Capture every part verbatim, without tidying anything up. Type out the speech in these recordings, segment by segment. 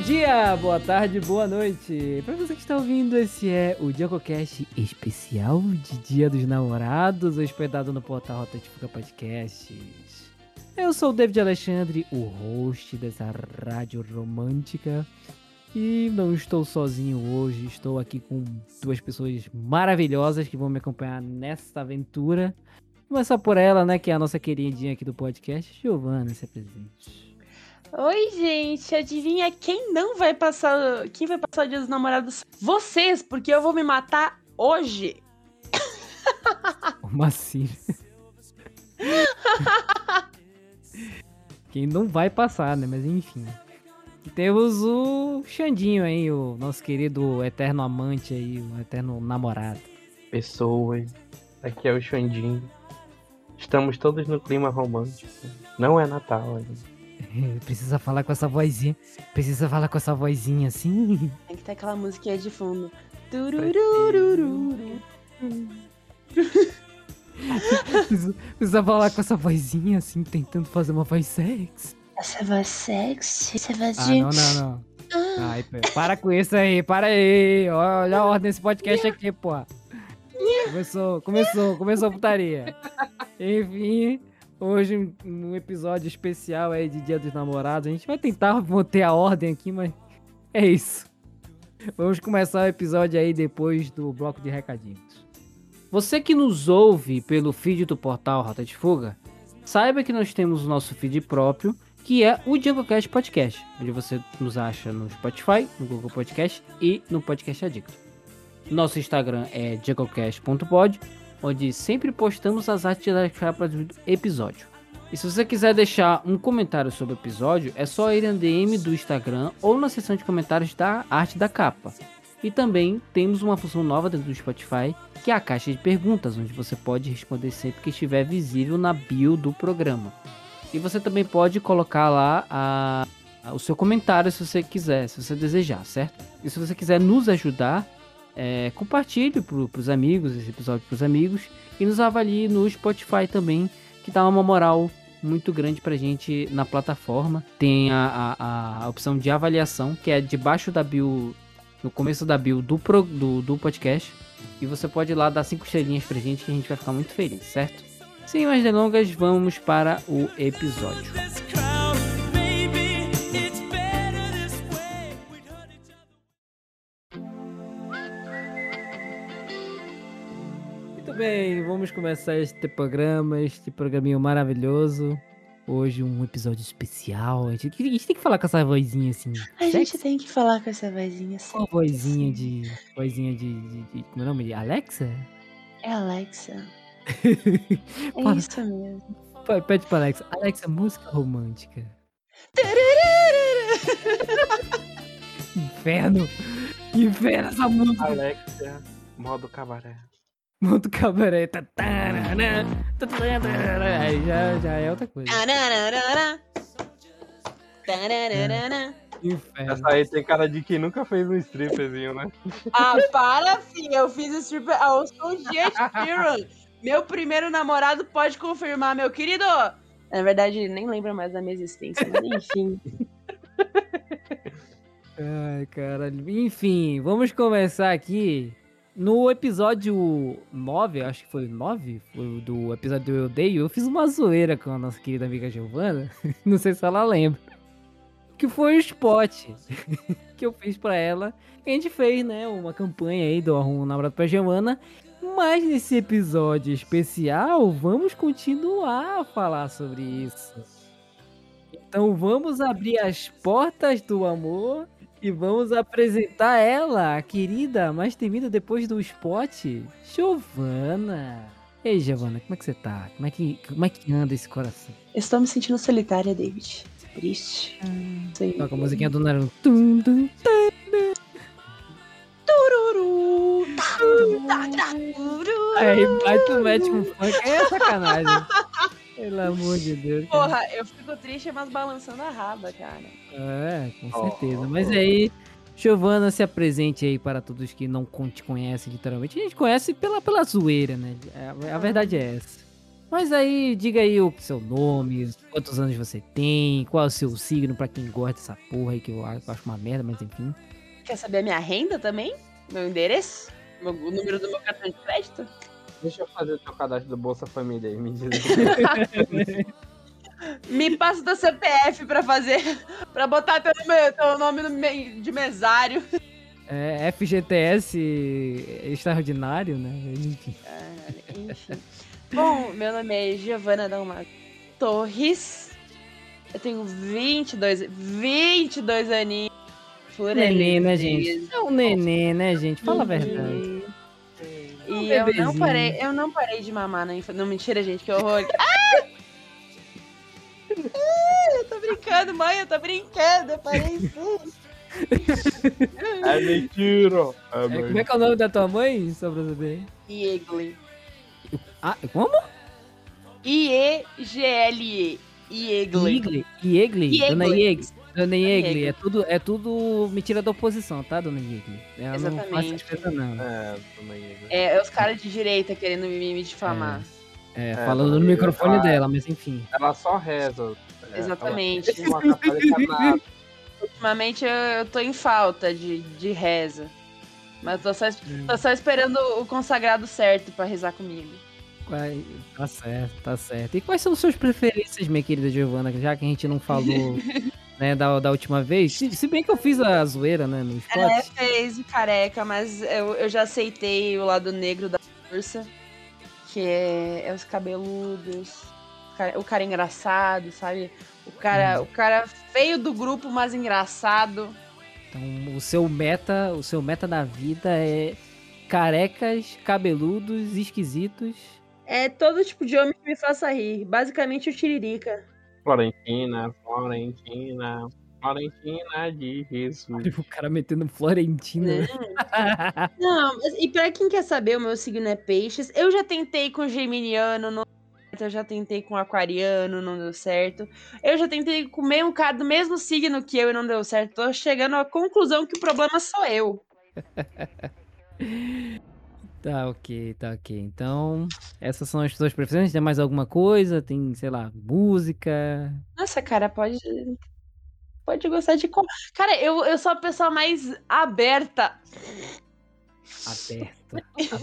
dia, boa tarde, boa noite. Pra você que está ouvindo, esse é o DiacoCast especial de Dia dos Namorados, hospedado no portal Rota de Fuga Podcasts. Eu sou o David Alexandre, o host dessa rádio romântica. E não estou sozinho hoje, estou aqui com duas pessoas maravilhosas que vão me acompanhar nessa aventura. Começar por ela, né, que é a nossa queridinha aqui do podcast, Giovana, se apresente. Oi, gente, adivinha quem não vai passar, quem vai passar o Dia dos Namorados? Vocês, porque eu vou me matar hoje. Como assim? Quem não vai passar, né, mas enfim. E temos o Xandinho aí, o nosso querido eterno amante aí, o eterno namorado. Pessoas, aqui é o Xandinho. Estamos todos no clima romântico. Não é Natal ainda. Precisa falar com essa vozinha. Precisa falar com essa vozinha assim. Tem que ter aquela musiquinha de fundo. Turururururu. Precisa, precisa falar com essa vozinha assim, tentando fazer uma voz sexy. Essa voz sexy, essa voz Ah, de... não, não, não. Ai, para com isso aí, para aí. Olha a ordem desse podcast aqui, pô. Começou, começou, começou a putaria. Enfim, hoje um episódio especial aí de Dia dos Namorados. A gente vai tentar manter a ordem aqui, mas é isso. Vamos começar o episódio aí depois do bloco de recadinhos. Você que nos ouve pelo feed do portal Rota de Fuga, saiba que nós temos o nosso feed próprio, que é o DiacoCast Podcast, onde você nos acha no Spotify, no Google Podcast e no Podcast Addict. Nosso Instagram é diacocast ponto pod, onde sempre postamos as artes das capas do episódio. E se você quiser deixar um comentário sobre o episódio, é só ir na D M do Instagram ou na seção de comentários da arte da capa. E também temos uma função nova dentro do Spotify, que é a caixa de perguntas, onde você pode responder sempre que estiver visível na bio do programa. E você também pode colocar lá a, a, o seu comentário se você quiser, se você desejar, certo? E se você quiser nos ajudar, é, compartilhe para os amigos, esse episódio para os amigos, e nos avalie no Spotify também, que dá uma moral muito grande pra gente na plataforma. Tem a, a, a opção de avaliação, que é debaixo da bio, no começo da bio do, pro, do, do podcast, e você pode ir lá dar cinco estrelinhas pra gente, que a gente vai ficar muito feliz, certo? Sem mais delongas, vamos para o episódio. Muito bem, vamos começar este programa, este programinho maravilhoso. Hoje um episódio especial. A gente, a gente tem que falar com essa vozinha assim. A sexy? gente tem que falar com essa vozinha assim. Uma vozinha de. Vozinha de, de, de. Como é o nome? Alexa? É Alexa. É Fala, isso mesmo. pede pra Alexa. Alexa, música romântica. Inferno! Inferno essa música! Alexia, modo cabaré. Modo cabaré. Tatarana, tatarana. Aí já, já é outra coisa. Tararara. Tararara. Inferno. Essa aí tem cara de quem nunca fez um stripperzinho, né? Ah, para, filha. Eu fiz stripper aos dias de Sheeran. Meu primeiro namorado pode confirmar, meu querido. Na verdade, nem lembra mais da minha existência, mas enfim. Ai, caralho. Enfim, vamos começar aqui. No episódio nove, acho que foi o nove, foi o do episódio do Eu Odeio, eu fiz uma zoeira com a nossa querida amiga Giovana. Não sei se ela lembra. Que foi o spot que eu fiz pra ela. A gente fez, né, uma campanha aí do Arruma um Namorado pra Giovana. Mas nesse episódio especial, vamos continuar a falar sobre isso. Então vamos abrir as portas do amor e vamos apresentar ela, a querida, mais temida depois do spot, Giovana. Ei, Giovana, como é que você tá? Como é que, como é que anda esse coração? Estou me sentindo solitária, David. Triste. Sei. Toca a musiquinha do Naruto. Tum, tum, tum. Tururu. Tá, tá, tururu. Aí vai tu mete um funk, é sacanagem. Pelo amor de Deus. cara. Porra, eu fico triste, mas balançando a raba, cara. É, com certeza. Mas aí, Giovana, se apresente aí para todos que não con- te conhecem literalmente. A gente conhece pela, pela zoeira, né? A, a verdade é essa. Mas aí, diga aí o seu nome, quantos anos você tem, qual é o seu signo pra quem gosta dessa porra aí que eu acho uma merda, mas enfim. Quer saber a minha renda também? Meu endereço? Meu- o número do meu cartão de crédito? Deixa eu fazer o teu cadastro do Bolsa Família aí, me diz. Me passa o teu C P F pra fazer, pra botar teu, nome- teu nome no me- de mesário. É F G T S extraordinário, né? Enfim. Caralho, enfim. Bom, meu nome é Giovana Dalma Torres. Eu tenho vinte e dois, vinte e dois aninhos. Por Neném, né, eliteza. gente? É um neném, né, gente? Fala a verdade. E Um eu não bebezinho. parei, eu não parei de mamar na infância. Não, mentira, gente, que horror. Ah! Ah, eu tô brincando, mãe, eu tô brincando, eu parei sim. É mentira! É, É, como é que é o nome da tua mãe, só pra saber? Iegli. Ah, como? I E G L E. Iegli. Iegli? Iegli? Iegli. Dona Iegli. Dona Iegli, Iegli. é tudo, é tudo mentira da oposição, tá, Dona Iegli? Ela não faz essas Exatamente. coisas, não. É, Dona Iegli. É, é os caras de direita querendo me, me difamar. É, É, falando Dona no Iegli, microfone ela- dela, mas enfim. Ela só reza. É, Exatamente. Ela não é uma católica nada. Ultimamente eu, eu tô em falta de, de reza. Mas tô só, es- tô só esperando o consagrado certo pra rezar comigo. Quai- Tá certo, tá certo. E quais são suas preferências, minha querida Giovana, já que a gente não falou, né, da, da última vez? Se, se bem que eu fiz a zoeira, né, no É, spot. fez o careca, mas eu, eu já aceitei o lado negro da força, que é, é os cabeludos, o cara, o cara engraçado, sabe? O cara, o cara feio do grupo, mas engraçado. Então, o seu meta, o seu meta da vida é carecas, cabeludos, esquisitos. É todo tipo de homem que me faça rir. Basicamente o Tiririca. Florentina, Florentina, Florentina de Jesus. O cara metendo Florentina. Né? Não, mas, e pra quem quer saber, o meu signo é peixes. Eu já tentei com geminiano, não deu certo. Eu já tentei com aquariano, não deu certo. Eu já tentei com meio um cara do mesmo signo que eu e não deu certo. Tô chegando à conclusão que o problema sou eu. Tá ok, tá ok. Então, essas são as suas preferências. Tem mais alguma coisa? Tem, sei lá, música Nossa, cara, pode, pode gostar de... qual- Cara, eu, eu sou a pessoa mais aberta. aberta.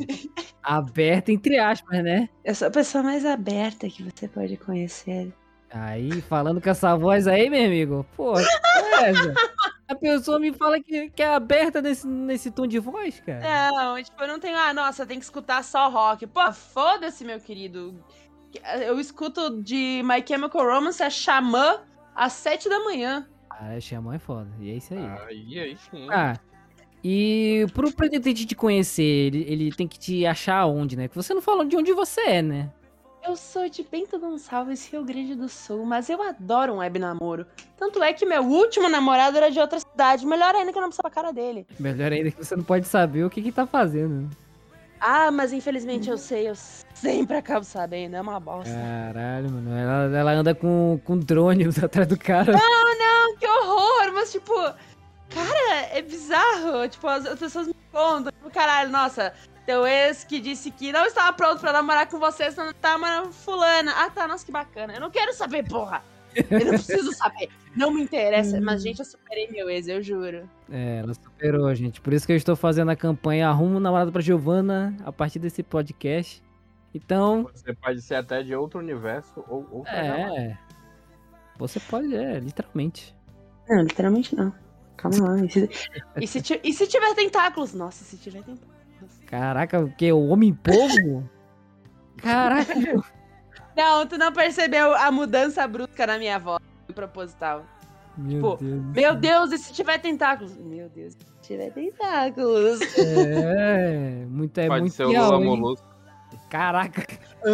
Aberta entre aspas, né? Eu sou a pessoa mais aberta que você pode conhecer. Aí, falando com essa voz aí, meu amigo. Pô, que porra é essa? A pessoa me fala que, que é aberta nesse, nesse tom de voz, cara. Não, tipo, eu não tenho. Ah, nossa, tem que escutar só rock. Pô, foda-se, meu querido. Eu escuto de My Chemical Romance a Xamã às sete da manhã. Ah, Xamã é foda. E é isso aí. Aí, aí sim. Ah, e pro pretendente te conhecer, ele, ele tem que te achar onde, né? Que você não falou de onde você é, né? Eu sou de Bento Gonçalves, Rio Grande do Sul, mas eu adoro um web namoro. Tanto é que meu último namorado era de outra cidade. Melhor ainda que eu não precisava a cara dele. Melhor ainda que você não pode saber o que que tá fazendo. Ah, mas infelizmente eu sei, eu sempre acabo sabendo. É uma bosta. Caralho, mano. Ela, ela anda com, com drone atrás do cara. Não, que horror! Mas, tipo, cara, é bizarro. Tipo, as, as pessoas me contam. Tipo, caralho, nossa, teu ex que disse que não estava pronto pra namorar com você, você não tá namorando fulana. Ah, tá, nossa, que bacana. Eu não quero saber, porra. Eu não preciso saber. Não me interessa. Mas, gente, eu superei meu ex, eu juro. É, ela superou, gente. Por isso que eu estou fazendo a campanha Arrumo um Namorado pra Giovana a partir desse podcast. Então, Você pode ser até de outro universo ou outra galáxia. é. Você pode, é, literalmente. Não, literalmente não. Calma lá. E se, e se, ti- e se tiver tentáculos? Nossa, se tiver tentáculos. Caraca, o que? O Homem-Polvo? Caraca, Não, tu não percebeu a mudança brusca na minha voz. Foi proposital. meu Pô, Deus. Meu Deus, e se tiver tentáculos? Meu Deus, se tiver tentáculos. É, muito, é Pode muito ser o real, Lula hein? Molusco. Caraca.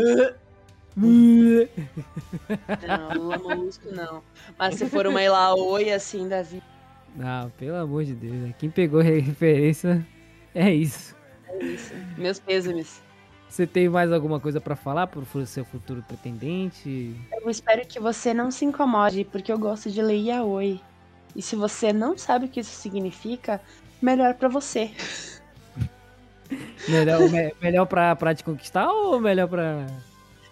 Não, Lula Molusco não. Mas se for uma Ilaoi assim da vida, Não, pelo amor de Deus, né? Quem pegou referência é isso. é isso. Meus pêsames. Você tem mais alguma coisa pra falar pro fu- seu futuro pretendente? Eu espero que você não se incomode, porque eu gosto de ler yaoi. E se você não sabe o que isso significa, melhor pra você. Melhor, me- melhor pra, pra te conquistar ou melhor pra...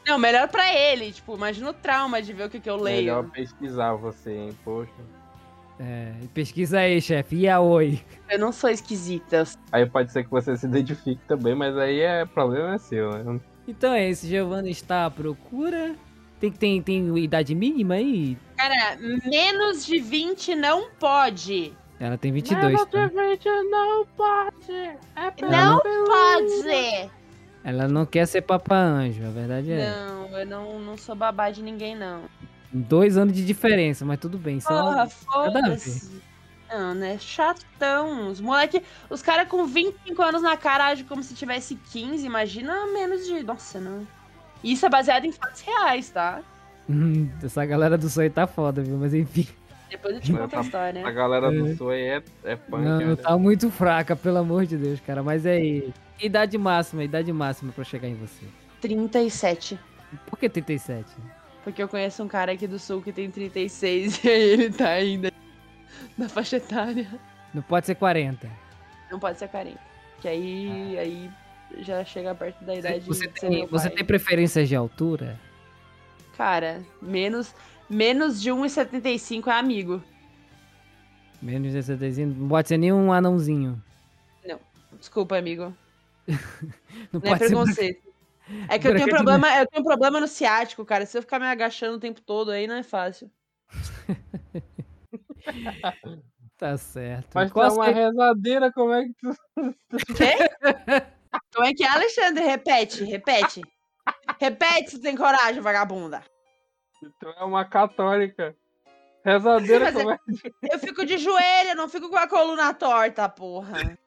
Não, melhor pra ele. Tipo, imagina o trauma de ver o que, que eu leio. Melhor pesquisar você, hein, poxa. É, pesquisa aí, chefe. Yaoi. Eu não sou esquisita. Aí pode ser que você se identifique também, mas aí é problema seu, né? Então é isso, Giovanna está à procura. Tem, tem, tem idade mínima aí? Cara, menos de vinte não pode. Ela tem vinte e dois, tá? Não pode. É Não pode. Ela não quer ser papa anjo, a verdade é. Não, eu não, não sou babá de ninguém, não. Dois anos de diferença, mas tudo bem. Isso Porra, nada a ver. foda-se. Não, né? Chatão. Os moleque, os caras com vinte e cinco anos na cara agem como se tivesse quinze. Imagina menos de... Nossa, não. Isso é baseado em fatos reais, tá? Hum, Essa galera do sonho tá foda, viu? Mas enfim. Depois eu te conto a A história. galera do É. Sul aí é, é punk, Não, né? tá muito fraca, pelo amor de Deus, cara. Mas é aí. Idade máxima, idade máxima pra chegar em você. trinta e sete. Por que trinta e sete? Porque eu conheço um cara aqui do sul que tem trinta e seis e aí ele tá ainda na faixa etária. Não pode ser quarenta. Não pode ser quarenta. Que aí, aí já chega perto da idade Você de ser tem, meu você pai. tem preferências de altura? Cara, menos, menos de um e setenta e cinco é amigo. Menos de sessenta e cinco, não pode ser nenhum anãozinho. Desculpa, amigo. Não Não é pode ser. preconceito. É que eu tenho Branca de problema, eu tenho problema no ciático, cara. Se eu ficar me agachando o tempo todo, aí não é fácil. Tá certo. Mas tu Qual é a uma sua- rezadeira, como é que tu... Como é que é, Alexandre? Repete, repete. Repete se tem coragem, vagabunda. tu é uma católica? Rezadeira, Mas como é Eu fico de joelho, eu não fico com a coluna torta, porra.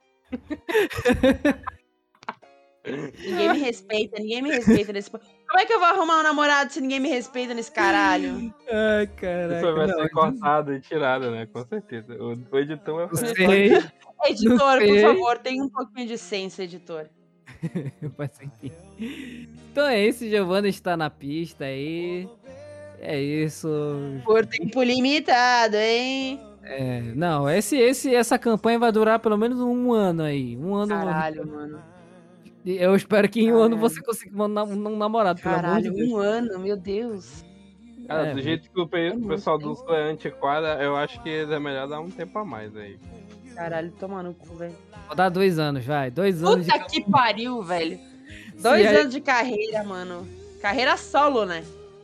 Ninguém me respeita, ninguém me respeita nesse... po- Como é que eu vou arrumar um namorado se ninguém me respeita nesse caralho? Ai, caraca. Isso vai não, ser cortado e tirado, né? Com certeza. O, o editor vai Não fazer. sei. Editor, por sei. favor, tenha um pouquinho de senso, editor. Mas enfim. Então é isso, Giovanna está na pista aí. É isso. Por tempo limitado, hein? É, não, esse, esse, essa campanha vai durar pelo menos um ano aí. Um ano. Caralho, mano. Eu espero que em um ano Caralho. você consiga um nam- um namorado, pelo amor de Caralho, Deus. um ano, meu Deus. Cara, É, do jeito que o, pe- é o muito pessoal do tempo. Sul é antiquado, eu acho que é melhor dar um tempo a mais aí. Caralho, toma no cu, velho. Vou dar dois anos, vai. Dois anos de Puta que pariu, velho. Se Dois aí- anos de carreira, mano. Carreira solo, né?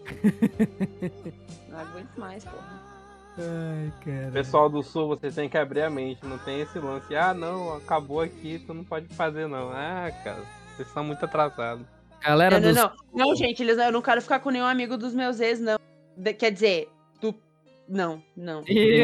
Não aguento mais, porra. Ai, cara. Pessoal do Sul, vocês têm que abrir a mente, não tem esse lance. Ah, não, acabou aqui, tu não pode fazer, não. Ah, cara, vocês são muito atrasados. Galera Não, do não, não. Não, gente, eles, eu não quero ficar com nenhum amigo dos meus ex, não. De- quer dizer, do... Não, não.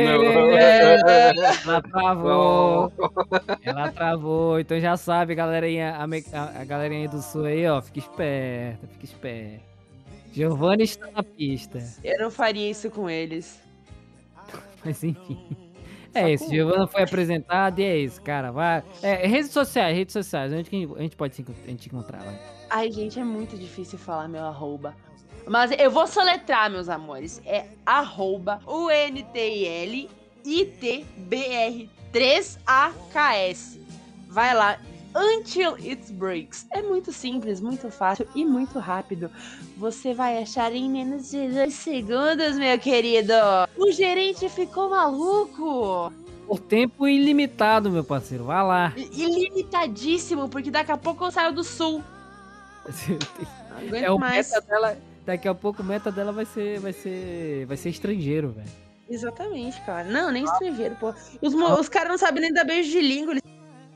Ela travou. Ela travou. Então já sabe, galerinha, a, me- a, a galerinha aí do sul aí, ó. Fica esperta, fica esperta. Giovanni está na pista. Eu não faria isso com eles. Mas enfim. É isso, Giovanna foi apresentada e é isso, cara. Vai. É, redes sociais, redes sociais. Onde que a gente pode se encont- a gente encontrar? Vai. Ai, gente, é muito difícil falar meu arroba. Mas eu vou soletrar, meus amores. É arroba U N T I L I T B R três A K S. Vai lá. Until It Breaks. É muito simples, muito fácil e muito rápido. Você vai achar em menos de dois segundos, meu querido. O gerente ficou maluco. Por tempo ilimitado, meu parceiro. Vai lá. Ilimitadíssimo, porque daqui a pouco eu saio do sul. Não aguento É o mais. meta dela. Daqui a pouco o meta dela vai ser, vai ser, vai ser estrangeiro, velho. Exatamente, cara. Não, nem estrangeiro, pô. Os, mo- os caras não sabem nem dar beijo de língua. Eles...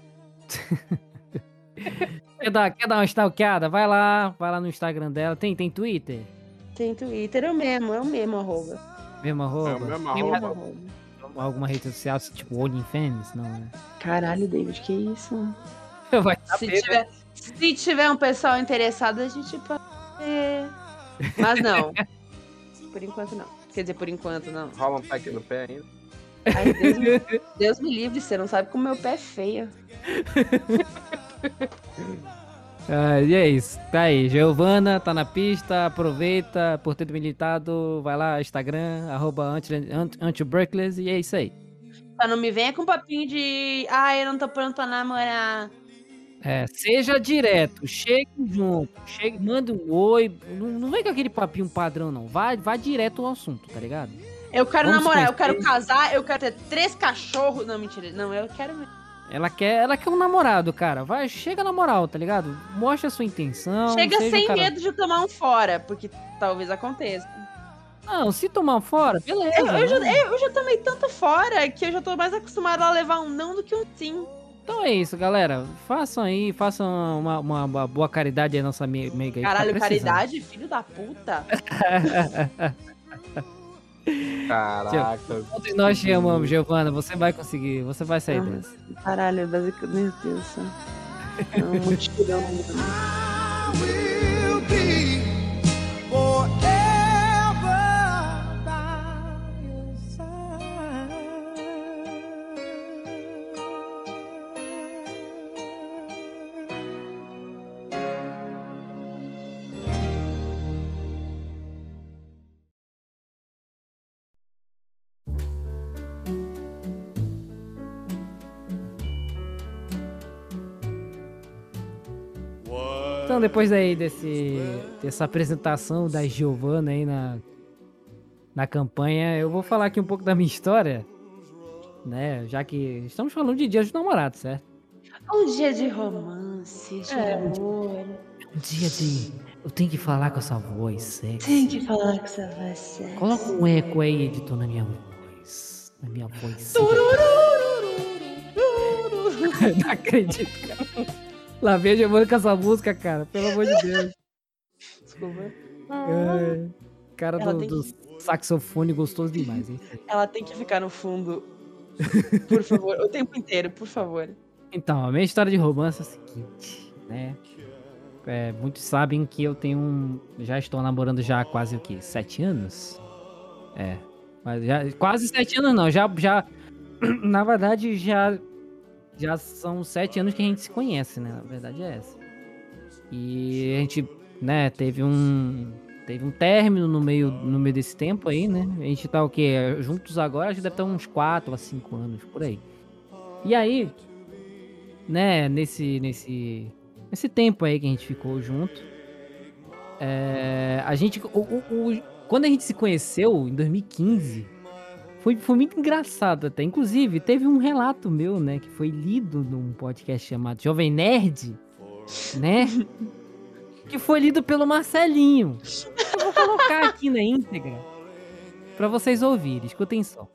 Quer dar, quer dar uma stalkeada? Vai lá, vai lá no Instagram dela. Tem, tem Twitter? Tem Twitter, é o mesmo, é o mesmo arroba. Mesmo arroba? É o mesmo Tem arroba. mais arroba. alguma rede social, tipo OnlyFans? Não, né? Caralho, David, que isso? Vai Se saber, né? tiver, se tiver um pessoal interessado, a gente pode. É... Mas não. Por enquanto não. Quer dizer, por enquanto não. Rola um pack no pé ainda. Ai, Deus, me, Deus me livre, você não sabe como meu pé é feio. Ah, e é isso. Tá aí. Giovana tá na pista. Aproveita por ter militado. Vai lá, Instagram, arroba anti-breakless. E é isso aí. Tá, não me venha com papinho de. Ai, eu não tô pronto pra namorar. É, seja direto, chegue junto, chegue, manda um oi, não, não vem com aquele papinho padrão, não. Vai, vai direto ao assunto, tá ligado? Eu quero Vamos namorar, eu conhecer. quero casar, eu quero ter três cachorros. Não, mentira. Não, eu quero. Ela quer, ela quer um namorado, cara. Vai, chega na moral, tá ligado? Mostra a sua intenção. Chega seja sem um cara... medo de tomar um fora, porque talvez aconteça. Não, se tomar um fora, beleza. Eu, eu, já, né? eu, eu já tomei tanto fora que eu já tô mais acostumada a levar um não do que um sim. Então é isso, galera. Façam aí, façam uma, uma, uma boa caridade aí, nossa amiga aí. que tá Caralho, precisando. caridade, filho da puta. Caraca. Todos nós te amamos, Giovana. Você vai conseguir, você vai sair Ah. dessa. Caralho, basicamente. Meu Deus do céu. É um mutirão. will be forever by your side. Então, depois aí desse, dessa apresentação da Giovana aí na, na campanha, eu vou falar aqui um pouco da minha história, né? Já que estamos falando de Dia dos Namorados, certo? Um dia de romance, de É. amor. Um dia de... Eu tenho que falar com essa voz sexy. Tem que falar com essa voz sexy. Coloca um eco aí, editor, na minha voz. Na minha voz sexy. Não acredito, cara. Lá vem a Giovana com essa música, cara. Pelo amor de Deus. Desculpa. É, cara Ela do, tem do saxofone gostoso demais, hein? Ela tem que ficar no fundo. Por favor, o tempo inteiro, por favor. Então, a minha história de romance é a seguinte, né? É, muitos sabem que eu tenho um... Já estou namorando já há quase o quê? Sete anos? É. Mas já, quase sete anos não, já... já na verdade, já... Já são sete anos que a gente se conhece, né? Na verdade é essa. E a gente, né, teve um... Teve um término no meio, no meio desse tempo aí, né? A gente tá o quê? Juntos agora, a gente deve estar uns quatro a cinco anos, por aí. E aí, né, nesse... nesse Esse tempo aí que a gente ficou junto, é, a gente, o, o, o, quando a gente se conheceu, em dois mil e quinze, foi, foi muito engraçado até. Inclusive, teve um relato meu, né, que foi lido num podcast chamado Jovem Nerd, né, que foi lido pelo Marcelinho. Eu vou colocar aqui na íntegra pra vocês ouvirem, escutem só.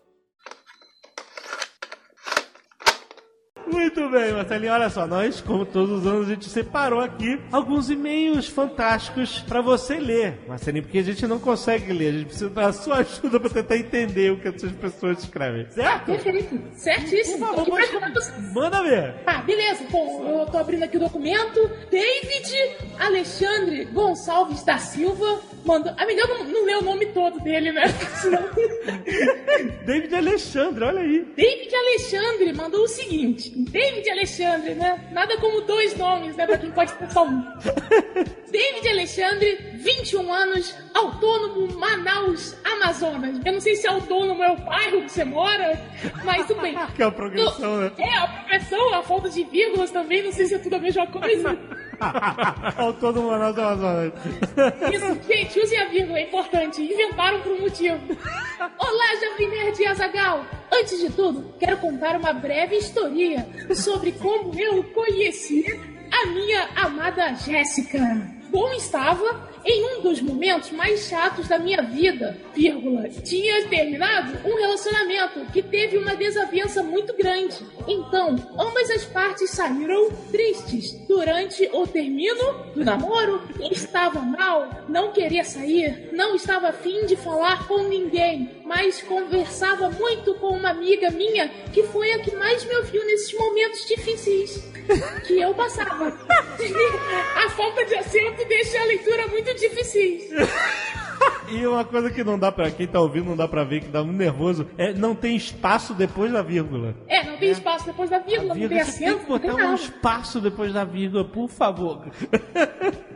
Muito bem, Marcelinho, olha só, nós, como todos os anos, a gente separou aqui alguns e-mails fantásticos pra você ler, Marcelinho, porque a gente não consegue ler, a gente precisa da sua ajuda pra tentar entender o que essas pessoas escrevem, certo? Perfeito, certíssimo. Por favor, Tô aqui pode- pra ajudar vocês. Manda ver. Ah, beleza. Bom, eu tô abrindo aqui o documento. David Alexandre Gonçalves da Silva mandou... Ah, melhor não, não ler o nome todo dele, né? Senão... David Alexandre, olha aí. David Alexandre mandou o seguinte. David Alexandre, né? Nada como dois nomes, né? Pra quem pode ter só um. David Alexandre, vinte e um anos, autônomo, Manaus, Amazonas. Eu não sei se autônomo é o bairro que você mora, mas tudo bem. Que é a progressão, né? É, a progressão, a falta de vírgulas também, não sei se é tudo a mesma coisa. Autônomo Manaus do Amazonas. Isso, gente, usem a vírgula, é importante. Inventaram por um motivo. Olá, Jovem Nerd e Azaghal. Antes de tudo, quero contar uma breve historinha sobre como eu conheci a minha amada Jéssica. Bom, estava em um dos momentos mais chatos da minha vida, vírgula, tinha terminado um relacionamento que teve uma desavença muito grande. Então, ambas as partes saíram tristes. Durante o término do namoro, estava mal, não queria sair, não estava afim de falar com ninguém, mas conversava muito com uma amiga minha que foi a que mais me ouviu nesses momentos difíceis que eu passava. A falta de acento deixa a leitura muito difícil. E uma coisa que não dá pra... Quem tá ouvindo não dá pra ver, que dá muito nervoso, é não tem espaço depois da vírgula. É, não tem espaço depois da vírgula, A não tem vírgula, você tem acento, que não tem botar um nada. espaço depois da vírgula, por favor.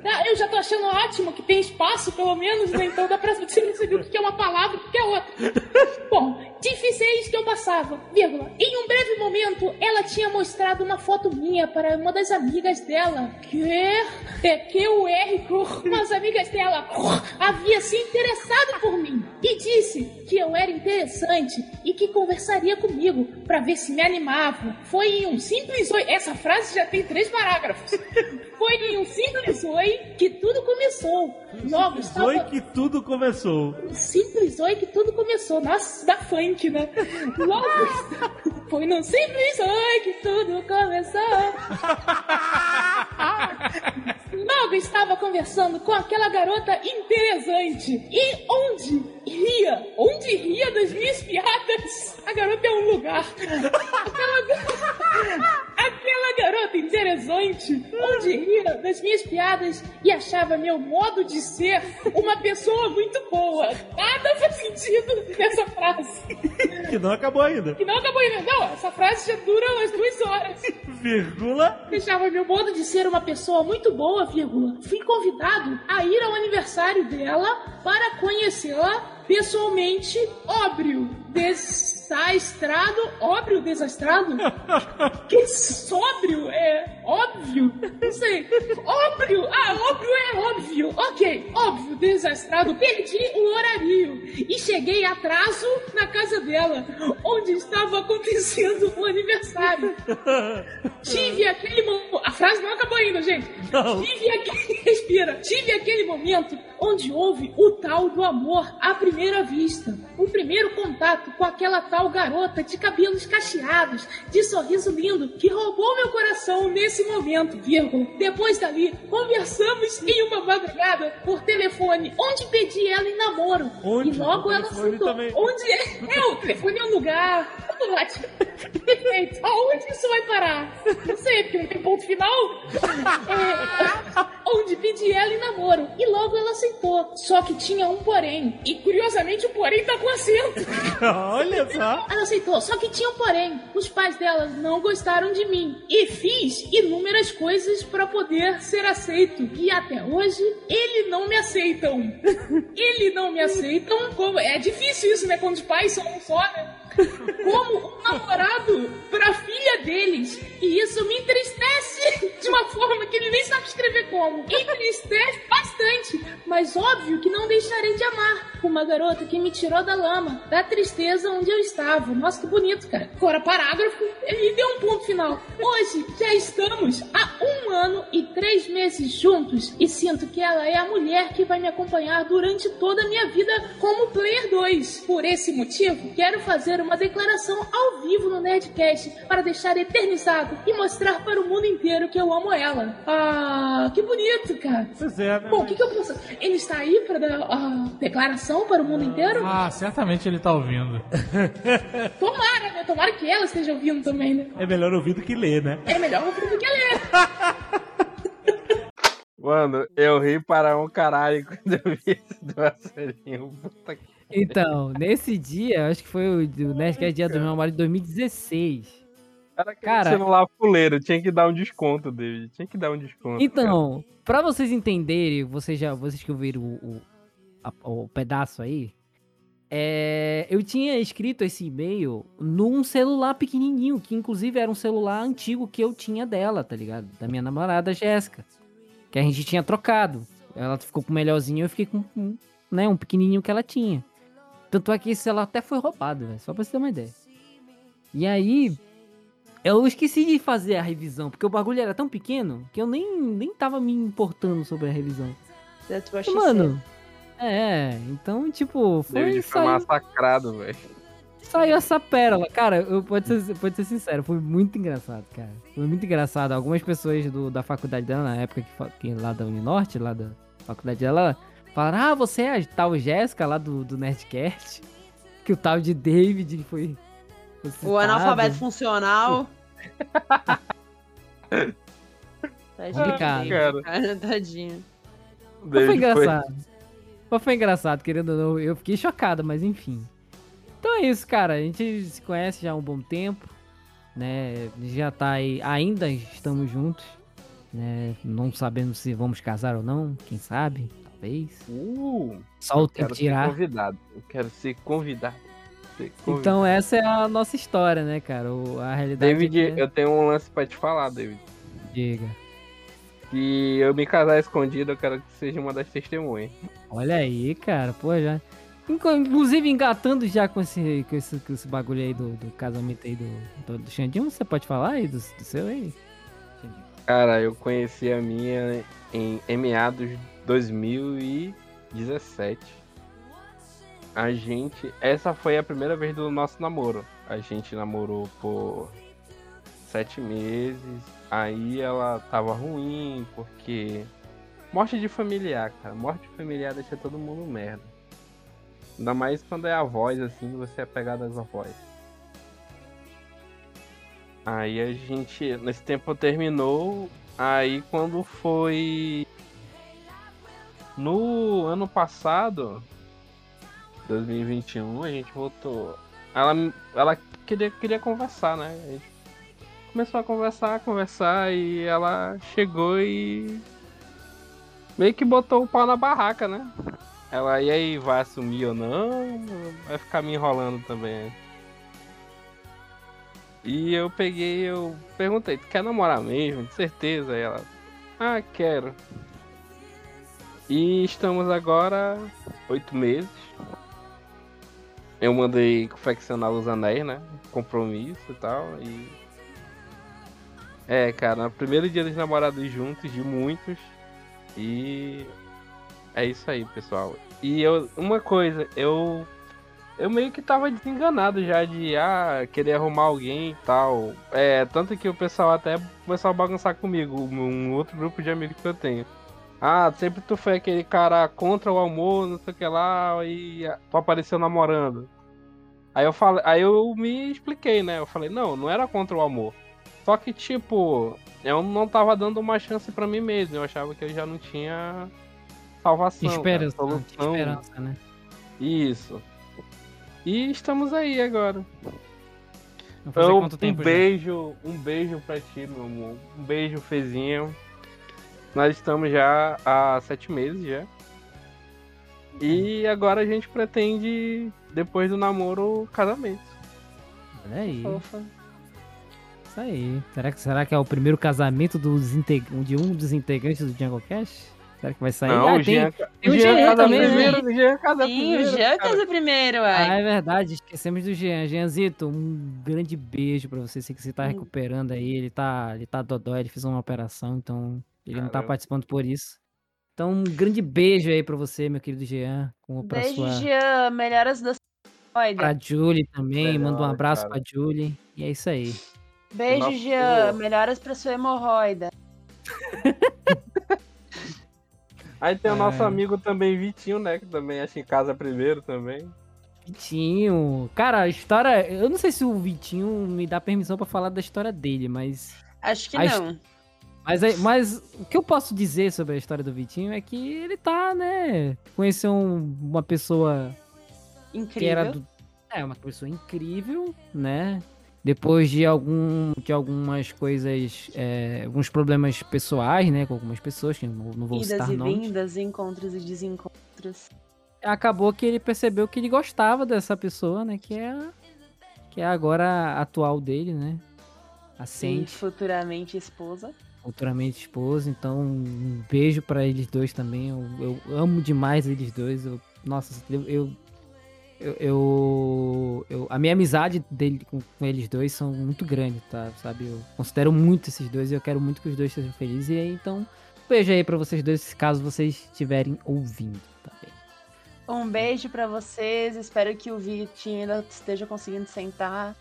Tá, eu já tô achando ótimo que tem espaço, pelo menos, né? Então dá pra você perceber o que é uma palavra e o que é outra. Bom, difícil é isso que eu passava, vírgula. Em um breve momento, ela tinha mostrado uma foto minha para uma das amigas dela. Que é que eu R, umas amigas dela havia se interessado por mim e disse que eu era interessante e que conversaria comigo para ver se me animava. Foi em um simples oi. Essa frase já tem três parágrafos. Foi em um simples oi que tudo começou. Logo estava... Foi que tudo começou. Um simples oi que tudo começou. Nossa, da funk, né? Logo... Foi num simples oi que tudo começou. Logo estava conversando com aquela garota interessante. E onde ria? Onde ria das minhas piadas? A garota é um lugar. Aquela, aquela garota interessante, onde ria das minhas piadas e achava meu modo de ser uma pessoa muito boa. Nada faz sentido nessa frase. Que não acabou ainda. Que não acabou ainda. Não, essa frase já dura umas duas horas. Vírgula. Deixava meu modo de ser uma pessoa muito boa, vírgula. Fui convidado a ir ao aniversário dela para conhecê-la pessoalmente, óbrio, desastrado, óbrio, desastrado? Que sóbrio, é óbvio, não sei, óbrio, ah, óbrio é óbvio, ok, óbvio, desastrado, perdi o horário e cheguei atraso na casa dela, onde estava acontecendo o aniversário. Tive aquele momento, a frase não acabou ainda, gente, Não. tive aquele, respira, tive aquele momento onde houve o tal do amor à primeira vista. O primeiro contato com aquela tal garota de cabelos cacheados, de sorriso lindo, que roubou meu coração nesse momento, vírgula. Depois dali, conversamos em uma madrugada por telefone, onde pedi ela em namoro. Onde? E logo O ela telefone aceitou. também. Onde é? É, o telefone é um lugar. Ótimo. Perfeito. Aonde isso vai parar? Não sei, porque não tem ponto final. É, onde pedi ela em namoro. E logo ela aceitou. Só que tinha um porém. E curiosamente o porém tá com acento. Olha só. Ela aceitou, só que tinha um porém. Os pais dela não gostaram de mim. E fiz inúmeras coisas pra poder ser aceito. E até hoje, ele não me aceitam. Ele não me aceitam. Como... É difícil isso, né? Quando os pais são um só, né? Como um namorado pra filha deles. E isso me entristece de uma forma que ele nem sabe escrever como. Entristece bastante. Mas óbvio que não deixarei de amar uma garota que me tirou da lama, da tristeza onde eu estava. Nossa, que bonito, cara. Fora parágrafo, ele deu um ponto final. Hoje já estamos há um ano e três meses juntos e sinto que ela é a mulher que vai me acompanhar durante toda a minha vida como Player dois. Por esse motivo, quero fazer uma declaração ao vivo no Nerdcast para deixar eternizado e mostrar para o mundo inteiro que eu amo ela. Ah, que bonito, cara. Pois é, né? Bom, o que, que eu posso... Ele está aí para dar a declaração para o mundo inteiro? Ah, certamente ele tá ouvindo. Tomara, né? Tomara que ela esteja ouvindo também, né? É melhor ouvir do que ler, né? É melhor ouvir do que ler. Mano, eu ri para um caralho quando eu vi esse passarinho. Puta que... Então, nesse dia, acho que foi o do Nerdcast Dia dos Namorados de dois mil e dezesseis. Cara, Cara- celular fuleiro, tinha que dar um desconto, David. Tinha que dar um desconto. Então, pra vocês entenderem, vocês já, vocês que ouviram o, o, a- o pedaço aí, é, eu tinha escrito esse e-mail num celular pequenininho, que inclusive era um celular antigo que eu tinha dela, tá ligado? Da minha namorada Jéssica, que a gente tinha trocado. Ela ficou com o melhorzinho, eu fiquei com um, né, um pequenininho que ela tinha. Tanto é que esse celular até foi roubado, velho, só pra você ter uma ideia. E aí, eu esqueci de fazer a revisão, porque o bagulho era tão pequeno que eu nem, nem tava me importando sobre a revisão. That's what she Mano, é, então, tipo, foi, David foi saiu, massacrado, velho. saiu essa pérola. Cara, eu pode ser, pode ser sincero, foi muito engraçado, cara. Foi muito engraçado. Algumas pessoas do, da faculdade dela, na época que, fa- que lá da Uninorte, lá da faculdade dela, falaram, ah, você é a tal Jéssica lá do, do Nerdcast? Que o tal de David foi... foi O citado. analfabeto funcional. Tadinho, Complicado. David, cara, tadinho. Mas foi David engraçado. Mas foi engraçado, querendo ou não. Eu fiquei chocado, mas enfim. Então é isso, cara. A gente se conhece já há um bom tempo, né? Já tá aí, ainda estamos juntos. né? Não sabendo se vamos casar ou não, quem sabe, talvez. Uh, Só o eu tempo quero ser tirar. convidado. Eu quero ser convidado. Ser convidado. Então essa é a nossa história, né, cara? O- A realidade David, é que é... eu tenho um lance pra te falar, David. Diga. Se eu me casar escondido, eu quero que seja uma das testemunhas. Olha aí, cara, pô, já... Inco- Inclusive, engatando já com esse, com esse, com esse bagulho aí do, do casamento aí do, do, do Xandinho, você pode falar aí do, do seu aí? Xandinho. Cara, eu conheci a minha em, em meados de dois mil e dezessete. A gente... Essa foi a primeira vez do nosso namoro. A gente namorou por sete meses. Aí ela tava ruim, porque... Morte de familiar, cara. Morte de familiar deixa todo mundo merda. Ainda mais quando é avós, assim, você é pegado às avós. Aí a gente... Nesse tempo terminou. Aí quando foi... No ano passado... dois mil e vinte e um, a gente voltou. Ela, ela queria, queria conversar, né? A gente começou a conversar, conversar e ela chegou e meio que botou o pau na barraca, né? Ela, e aí, vai assumir ou não? Vai ficar me enrolando também. E eu peguei, eu perguntei, tu quer namorar mesmo? De certeza. E ela, ah, quero. E estamos agora oito meses. Eu mandei confeccionar os anéis, né? Compromisso e tal. E... É, cara, no primeiro dia dos namorados juntos, de muitos. E... É isso aí, pessoal. E eu, uma coisa, eu... Eu meio que tava desenganado já de, ah, querer arrumar alguém e tal. É, tanto que o pessoal até começou a bagunçar comigo, um outro grupo de amigos que eu tenho. Ah, sempre tu foi aquele cara contra o amor, não sei o que lá, e tu apareceu namorando. Aí eu falei, aí eu me expliquei, né? Eu falei, não, não era contra o amor. Só que, tipo, eu não tava dando uma chance pra mim mesmo. Eu achava que eu já não tinha salvação. Esperança, cara, não tinha solução. esperança, né? Isso. E estamos aí agora. Vai fazer Então, quanto um tempo já? beijo, um beijo pra ti, meu amor. Um beijo, Fezinho. Nós estamos já há sete meses já. E agora a gente pretende, depois do namoro, casamento. Olha aí. Fofa. Isso aí. Será que, será que é o primeiro casamento dos integ... de um dos integrantes do Jungle Cash? Será que vai sair? Não, Ah, o tem... Jean, tem o o Jean Jean casa também, primeiro, né? o Jean casa Sim, primeiro. o Jean cara. casa primeiro, Ah, uai. é verdade, esquecemos do Jean. Jeanzito, um grande beijo pra você. Sei que você tá Hum. recuperando aí. Ele tá, ele tá dodói, ele fez uma operação, então ele não tá Caramba. participando por isso. Então, um grande beijo aí pra você, meu querido Jean. Com, pra Beijo, sua... Jean. Melhoras da saúde. Pra Julie também. Manda um Melhor, abraço cara. pra Julie. E é isso aí. Beijo, Nossa, Jean. eu- Melhoras pra sua hemorroida. Aí tem o nosso É. amigo também, Vitinho, né? Que também acha em casa primeiro também. Vitinho. Cara, a história. Eu não sei se o Vitinho me dá permissão pra falar da história dele, mas. Acho que A não. Mas, aí- mas o que eu posso dizer sobre a história do Vitinho é que ele tá, né? Conheceu um- uma pessoa que Incrível. era do. É, uma pessoa incrível, né? Depois de, algum, de algumas coisas, é, alguns problemas pessoais, né? Com algumas pessoas, que não, não vou Idas citar e nomes. vindas, encontros e desencontros. Acabou que ele percebeu que ele gostava dessa pessoa, né? Que é, a- que é agora a atual dele, né? A E Sandy, futuramente esposa. futuramente esposa. Então, um beijo pra eles dois também. Eu, eu amo demais eles dois. Eu, nossa, eu, eu, eu, eu- eu- a minha amizade dele com, com eles dois são muito grande, tá? Sabe? Eu considero muito esses dois e eu quero muito que os dois sejam felizes. E aí, então, um beijo aí pra vocês dois, caso vocês estiverem ouvindo, tá bem? Um beijo pra vocês. Espero que o Vitinho ainda esteja conseguindo sentar.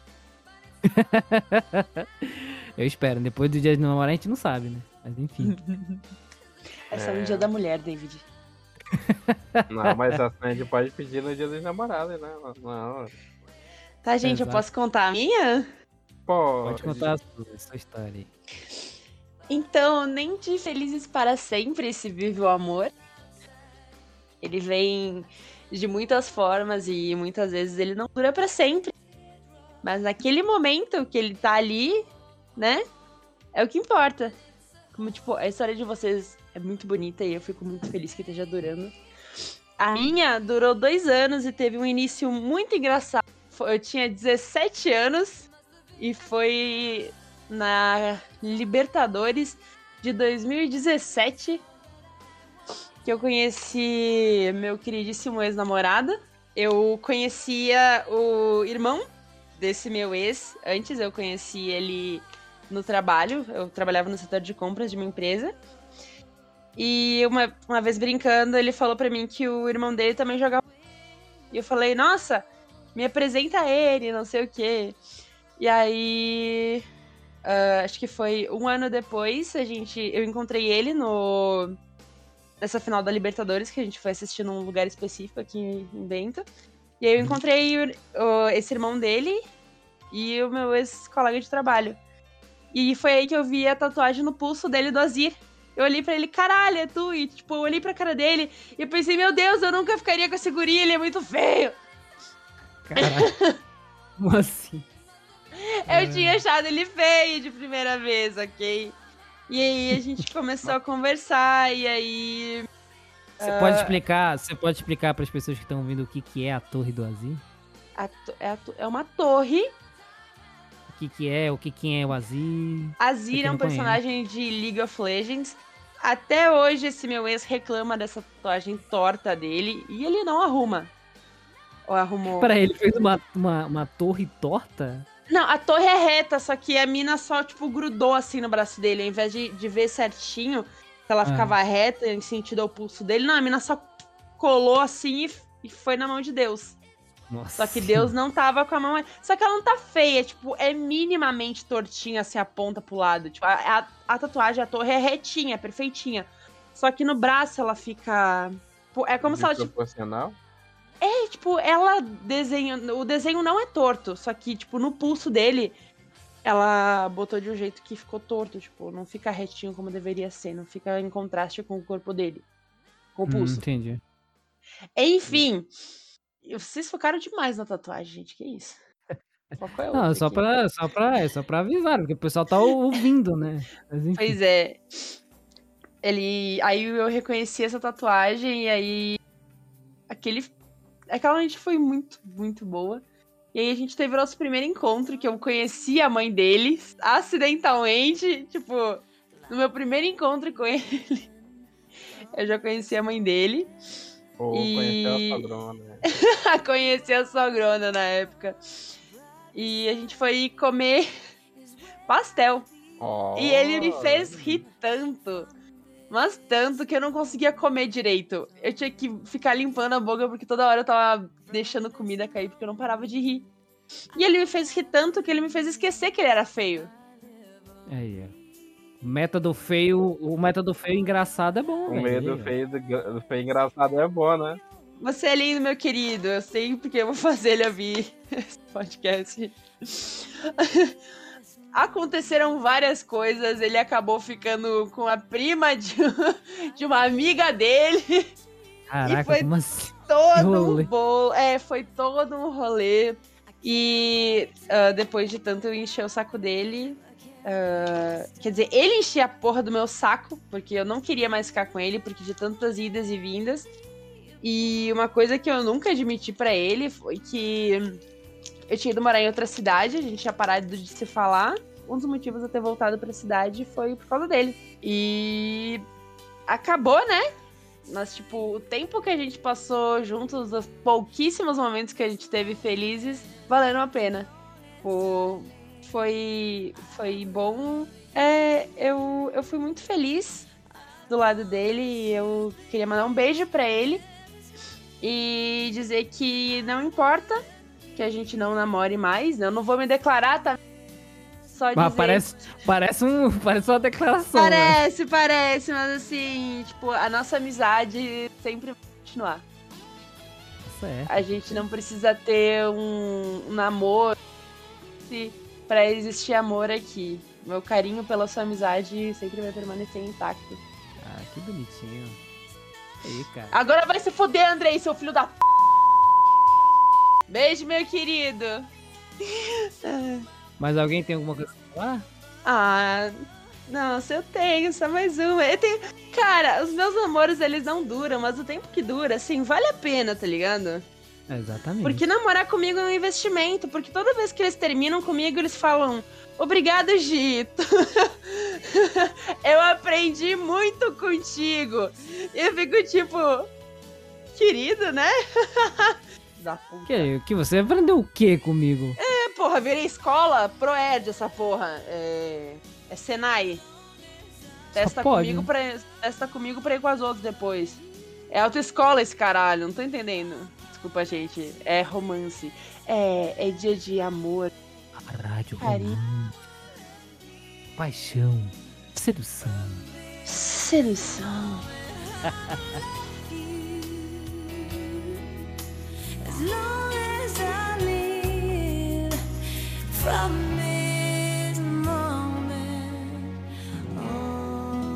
Eu espero. Depois do dia de namorar a gente não sabe, né? Mas enfim. É só É. no dia da mulher, David. Não, mas a Sandy pode pedir no dia dos namorados, né? Não, Tá, gente, eu Exato. posso contar a minha? pode. Pode contar a sua, a sua história aí. Então, nem de felizes para sempre se vive o amor. Ele vem de muitas formas e muitas vezes ele não dura para sempre. Mas naquele momento que ele tá ali, né? É o que importa. como, tipo, a história de vocês é muito bonita e eu fico muito feliz que esteja durando. A minha durou dois anos e teve um início muito engraçado. Eu tinha dezessete anos e foi na Libertadores de dois mil e dezessete que eu conheci meu queridíssimo ex-namorado. Eu conhecia o irmão desse meu ex. Antes eu conheci ele no trabalho. Eu trabalhava no setor de compras de uma empresa. E uma, uma vez brincando, ele falou pra mim que o irmão dele também jogava. E eu falei, nossa, me apresenta a ele, não sei o quê. E aí, uh, acho que foi um ano depois, a gente, eu encontrei ele no nessa final da Libertadores, que a gente foi assistir num lugar específico aqui em Bento. E aí eu encontrei o, o, esse irmão dele e o meu ex-colega de trabalho. E foi aí que eu vi a tatuagem no pulso dele do Azir. Eu olhei pra ele, caralho, é tu? E, tipo, eu olhei pra cara dele e eu pensei, meu Deus, eu nunca ficaria com esse guri, ele é muito feio. Caralho. Como assim? Eu É. tinha achado ele feio de primeira vez, ok? E aí a gente começou a conversar e aí... Você uh, pode explicar, você pode explicar para as pessoas que estão ouvindo o que, que é a Torre do Azir? A to- é, a to- é uma torre. O que, que é, o que, que é o Azir? Azir Pra quem é um não conhece. personagem de League of Legends. Até hoje esse meu ex reclama dessa tatuagem torta dele e ele não arruma. Ou arrumou... Peraí, ele fez uma, uma, uma torre torta? Não, a torre é reta, só que a mina só, tipo, grudou assim no braço dele. Ao invés de, de ver certinho, que ela Ah. ficava reta em sentido ao pulso dele, não, a mina só colou assim e, e foi na mão de Deus. Nossa. Só que Deus não tava com a mão... Só que ela não tá feia, tipo, é minimamente tortinha, assim, a ponta pro lado. Tipo, a, a, a tatuagem, a torre é retinha, é perfeitinha. Só que no braço ela fica... Tipo, é como se ela, tipo... Desproporcional? É, tipo, ela desenha... O desenho não é torto, só que, tipo, no pulso dele, ela botou de um jeito que ficou torto, tipo, não fica retinho como deveria ser, não fica em contraste com o corpo dele, com o Hum, pulso. entendi. Enfim, vocês focaram demais na tatuagem, gente, que isso? Foco é outro Não, só aqui. pra, só, pra, é só pra avisar, porque o pessoal tá ouvindo, né? Mas, enfim. Pois é. Ele... Aí eu reconheci essa tatuagem e aí... Aquele... Aquela noite foi muito, muito boa. E aí a gente teve o nosso primeiro encontro, que eu conheci a mãe dele, acidentalmente. Tipo, no meu primeiro encontro com ele, eu já conheci a mãe dele. Ou E- conheceu a sogrona, né? Conheci a sogrona na época. E a gente foi comer pastel. Oh, E ele me fez rir tanto. Mas tanto que eu não conseguia comer direito. Eu tinha que ficar limpando a boca porque toda hora eu tava deixando comida cair porque eu não parava de rir. E ele me fez rir tanto que ele me fez esquecer que ele era feio. Aí, ó. O método feio, o método feio engraçado é bom, O velho. medo Aí, ó. feio do, do feio engraçado é bom, né? Você é lindo, meu querido. Eu sei porque eu vou fazer ele ouvir esse podcast. Aconteceram várias coisas. Ele acabou ficando com a prima de, de uma amiga dele. Caraca, foi- como assim? Todo rolê. um bolo. É, foi todo um rolê. E ah, depois de tanto eu encher o saco dele. ah, quer dizer, ele enchia a porra do meu saco, porque eu não queria mais ficar com ele, porque de tantas idas e vindas. E uma coisa que eu nunca admiti pra ele foi que eu tinha ido morar em outra cidade, a gente tinha parado de se falar. Um dos motivos de eu ter voltado pra cidade foi por causa dele. E acabou, né? Mas, tipo, o tempo que a gente passou juntos, os pouquíssimos momentos que a gente teve felizes, valeram a pena. Tipo, foi, foi bom. É, eu, eu fui muito feliz do lado dele e eu queria mandar um beijo pra ele e dizer que não importa que a gente não namore mais. Eu não vou me declarar, tá? Só dizer... Mas parece, parece, um, parece uma declaração. Né? Parece, parece, mas assim, tipo, a nossa amizade sempre vai continuar. Isso é. A gente não precisa ter um, um namoro se- pra existir amor aqui. Meu carinho pela sua amizade sempre vai permanecer intacto. Ah, que bonitinho. Aí, cara. Agora vai se fuder, Andrei, seu filho da p... Beijo, meu querido. Mas alguém tem alguma coisa pra falar? Ah, Nossa, eu tenho, só mais uma. Eu tenho... Cara, os meus namoros, eles não duram, mas o tempo que dura, assim, vale a pena, tá ligado? Exatamente. Porque namorar comigo é um investimento, porque toda vez que eles terminam comigo, eles falam, obrigado, Gito. Eu aprendi muito contigo. E eu fico tipo, querido, né? Da puta. Que, que você aprendeu o que comigo? É, porra, virei escola, Proerd essa porra. É, é Senai. Testa pode, comigo, né? pra... Testa comigo pra ir com as outras depois. É autoescola esse caralho, não tô entendendo. Desculpa, gente. É romance. É, é dia de amor. A rádio Carinho. romântica. Paixão. Sedução. Sedução. As long as I live from this moment on.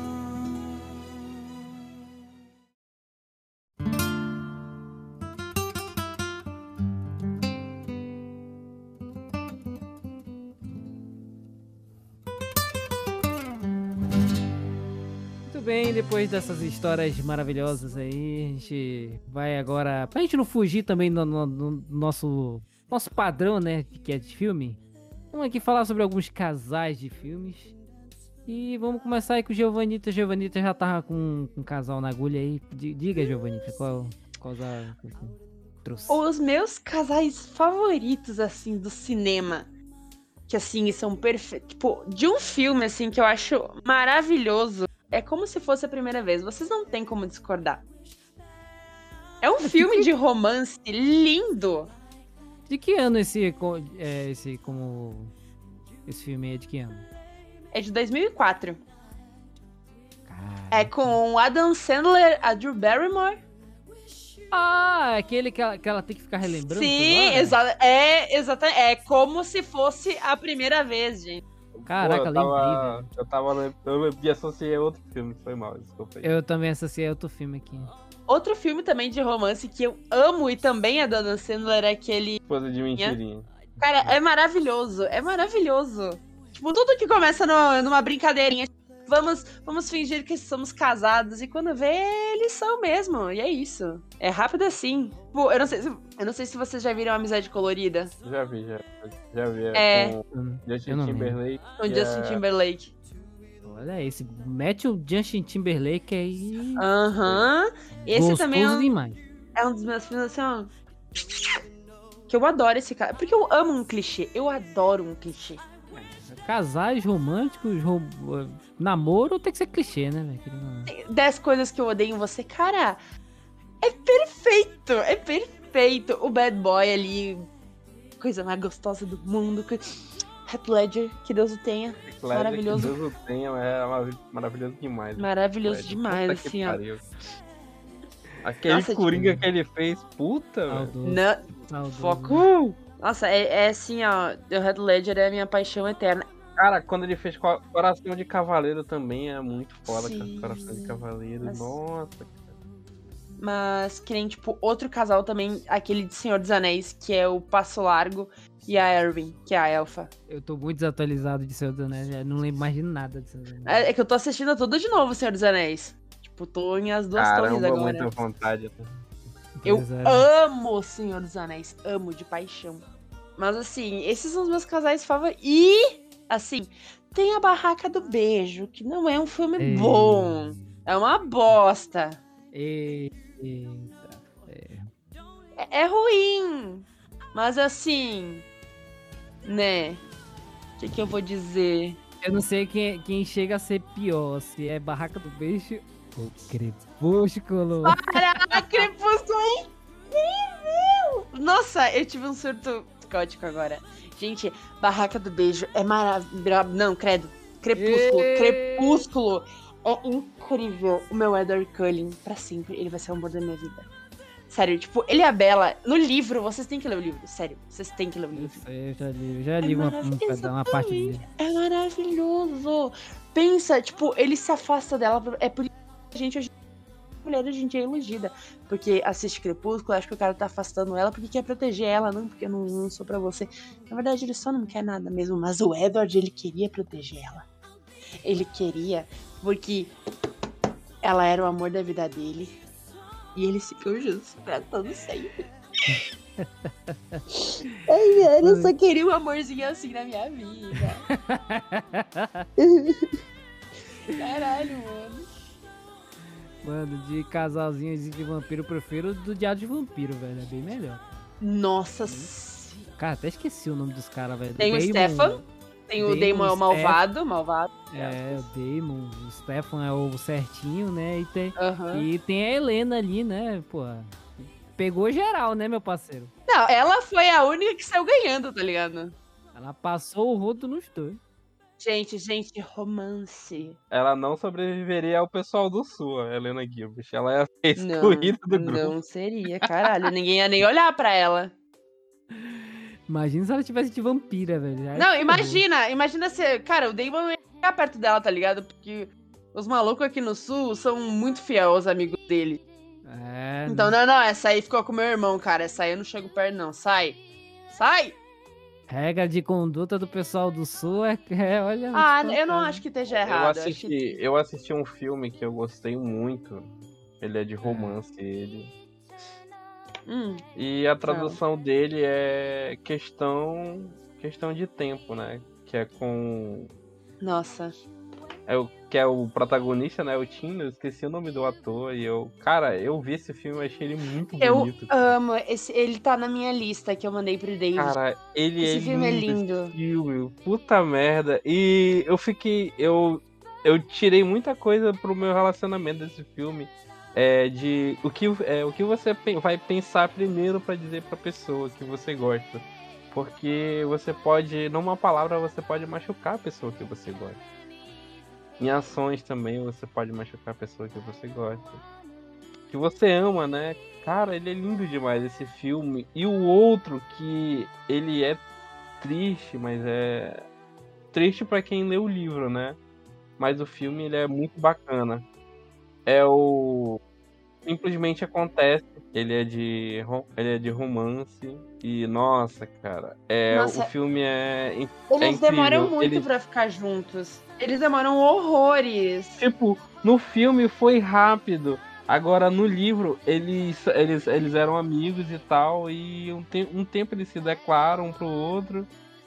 Muito bem, depois dessas histórias maravilhosas aí, a gente vai agora, pra gente não fugir também do, no- do nosso, nosso padrão, né, que é de filme, vamos aqui falar sobre alguns casais de filmes. E vamos começar aí com o Giovanita. Giovanita já tava com, com um casal na agulha aí. D- Diga, Giovanita, qual qual casal que você trouxe? Os meus casais favoritos, assim, do cinema. Que, assim, são perfeitos. Tipo, de um filme, assim, que eu acho maravilhoso. É como se fosse a primeira vez. Vocês não tem como discordar. É um filme de romance lindo. De que ano esse, co- é, esse como esse filme é de que ano? É de dois mil e quatro. Cara. É com Adam Sandler, a Drew Barrymore. Ah, aquele que ela, que ela tem que ficar relembrando. Sim, toda hora? exa é exatamente. É como se fosse a primeira vez, gente. Caraca, Pô, eu tava, lembrei, velho. eu tava lem- eu me associei a outro filme, foi mal, desculpa aí. Eu também associei outro filme aqui. Outro filme também de romance que eu amo e também é da Adam Sandler é aquele. Esposa de mentirinha. Cara, é maravilhoso. É maravilhoso. Tipo, tudo que começa no- numa brincadeirinha. Vamos, vamos fingir que somos casados. E quando vê, eles são mesmo. E é isso. É rápido assim. Pô, eu não sei se, eu não sei se vocês já viram Amizade Colorida. Já vi, já, já vi. É. Com Eu não- Justin eu não lembro. Timberlake. Com e Justin a- Timberlake. Olha esse, mete o Justin Timberlake aí. Aham. Esse gostoso também é um, demais. é um dos meus filmes assim, ó. Que eu adoro esse cara. Porque eu amo um clichê. Eu adoro um clichê. Casais românticos, rom... namoro tem que ser clichê, né, velho? Querendo ou não. dez coisas que eu odeio em você. Cara, é perfeito. É perfeito. O bad boy ali. Coisa mais gostosa do mundo. que- Heath Ledger, que Deus o tenha. Ledger, Maravilhoso. Que Deus o tenha, é marav- maravilhoso demais. Maravilhoso Ledger. demais, Puta que assim, ó. pariu. Aquele Nossa, Coringa tipo- que ele fez, puta, velho. Saudoso, Não, saudoso. foco. Nossa, é, é assim, ó. O Heath Ledger é a minha paixão eterna. Cara, quando ele fez Co- Coração de Cavaleiro também é muito foda, cara. Sim, Coração de Cavaleiro, mas- nossa. Mas que nem, tipo, outro casal também, aquele de Senhor dos Anéis, que é o Passo Largo e a Erwin, que é a Elfa. Eu tô muito desatualizado de Senhor dos Anéis, já não lembro mais de nada de Senhor dos Anéis. É, é que eu tô assistindo tudo de novo, Senhor dos Anéis. Tipo, tô em as duas torres Caramba, agora. muita vontade. Eu Pois é. amo Senhor dos Anéis, amo de paixão. Mas assim, esses são os meus casais favoritos. E, assim, tem a Barraca do Beijo, que não é um filme Ei. bom. É uma bosta. E- Eita. É, é ruim. Mas assim, né? O que, que eu vou dizer? Eu não sei quem, quem chega a ser pior, se é Barraca do Beijo ou Crepúsculo. Caraca, Crepúsculo é incrível! Nossa, eu tive um surto psicótico agora. Gente, Barraca do Beijo é maravilhoso. Não, credo. Crepúsculo. Ê! Crepúsculo é incrível. O meu Edward Cullen, pra sempre, ele vai ser o amor da minha vida. Sério, tipo, ele e a Bella, no livro, vocês têm que ler o livro. Sério, vocês têm que ler o Eu livro. sei, eu já li, eu já li É uma, um maravilhoso, peda- uma parte dele. É maravilhoso. Pensa, tipo, ele se afasta dela. É por isso que a gente hoje mulher a gente é iludida. Porque assiste Crepúsculo, acha que o cara tá afastando ela porque quer proteger ela, não porque eu não, não sou pra você. Na verdade, ele só não quer nada mesmo. Mas o Edward, ele queria proteger ela. Ele queria porque ela era o amor da vida dele. E eles ficam juntos pra todo sempre. Ai, mano, eu só queria um amorzinho assim na minha vida. Caralho, mano. Mano, de casalzinho de vampiro, eu prefiro do Diário de Vampiro, velho. É bem melhor. Nossa. Cara, até esqueci o nome dos caras, velho. Tem o Damon- Stefan. Tem o Damon, Damon, é o Steph- malvado, malvado. É, o Damon, o Stefan é o certinho, né? E tem, Aham. e tem a Helena ali, né? Pô, pegou geral, né, meu parceiro? Não, ela foi a única que saiu ganhando, tá ligado? Ela passou o rodo nos dois. Gente, gente, romance. Ela não sobreviveria ao pessoal do Sul, a Helena Gilbert. Ela ia ser Não, excluída do grupo. não seria, caralho. Ninguém ia nem olhar pra ela. Imagina se ela tivesse de vampira, velho. Ai, Não, ferrou. imagina, imagina se. Cara, o Damon ia ficar perto dela, tá ligado? Porque os malucos aqui no sul são muito fiel aos amigos dele. É, Então, não, não, essa aí ficou com meu irmão, cara. Essa aí eu não chego perto, não. Sai! Sai! regra de conduta do pessoal do sul é, é olha... Ah, muito eu não complicado. acho que esteja Eu errado. eu acho assisti, que- eu assisti um filme que eu gostei muito. Ele é de romance, ele. Hum, E a tradução dele é questão, questão de tempo, né? Que é com nossa. é o que é o protagonista, né? O Tim, eu esqueci o nome do ator e eu, cara, eu vi esse filme, e achei ele muito Eu bonito. cara. amo. Esse, ele tá na minha lista que eu mandei pro David. Cara, ele Esse é filme é lindo, lindo. esse filme, puta merda. E eu fiquei, eu eu tirei muita coisa pro meu relacionamento desse filme. É de o que, é, o que você pe- vai pensar primeiro pra dizer pra pessoa que você gosta. Porque você pode, numa palavra, você pode machucar a pessoa que você gosta. Em ações também você pode machucar a pessoa que você gosta. Que você ama, né? Cara, ele é lindo demais esse filme. E o outro que ele é triste, mas é triste pra quem lê o livro, né? Mas o filme ele é muito bacana. É o Simplesmente Acontece. Ele é de ro- ele é de romance e nossa, cara, é Nossa. o filme é in- Eles é incrível. demoram muito Ele- pra ficar juntos. Eles demoram horrores. Tipo, no filme foi rápido. Agora no livro eles eles, eles eram amigos e tal e um, te- um tempo eles se declaram um pro outro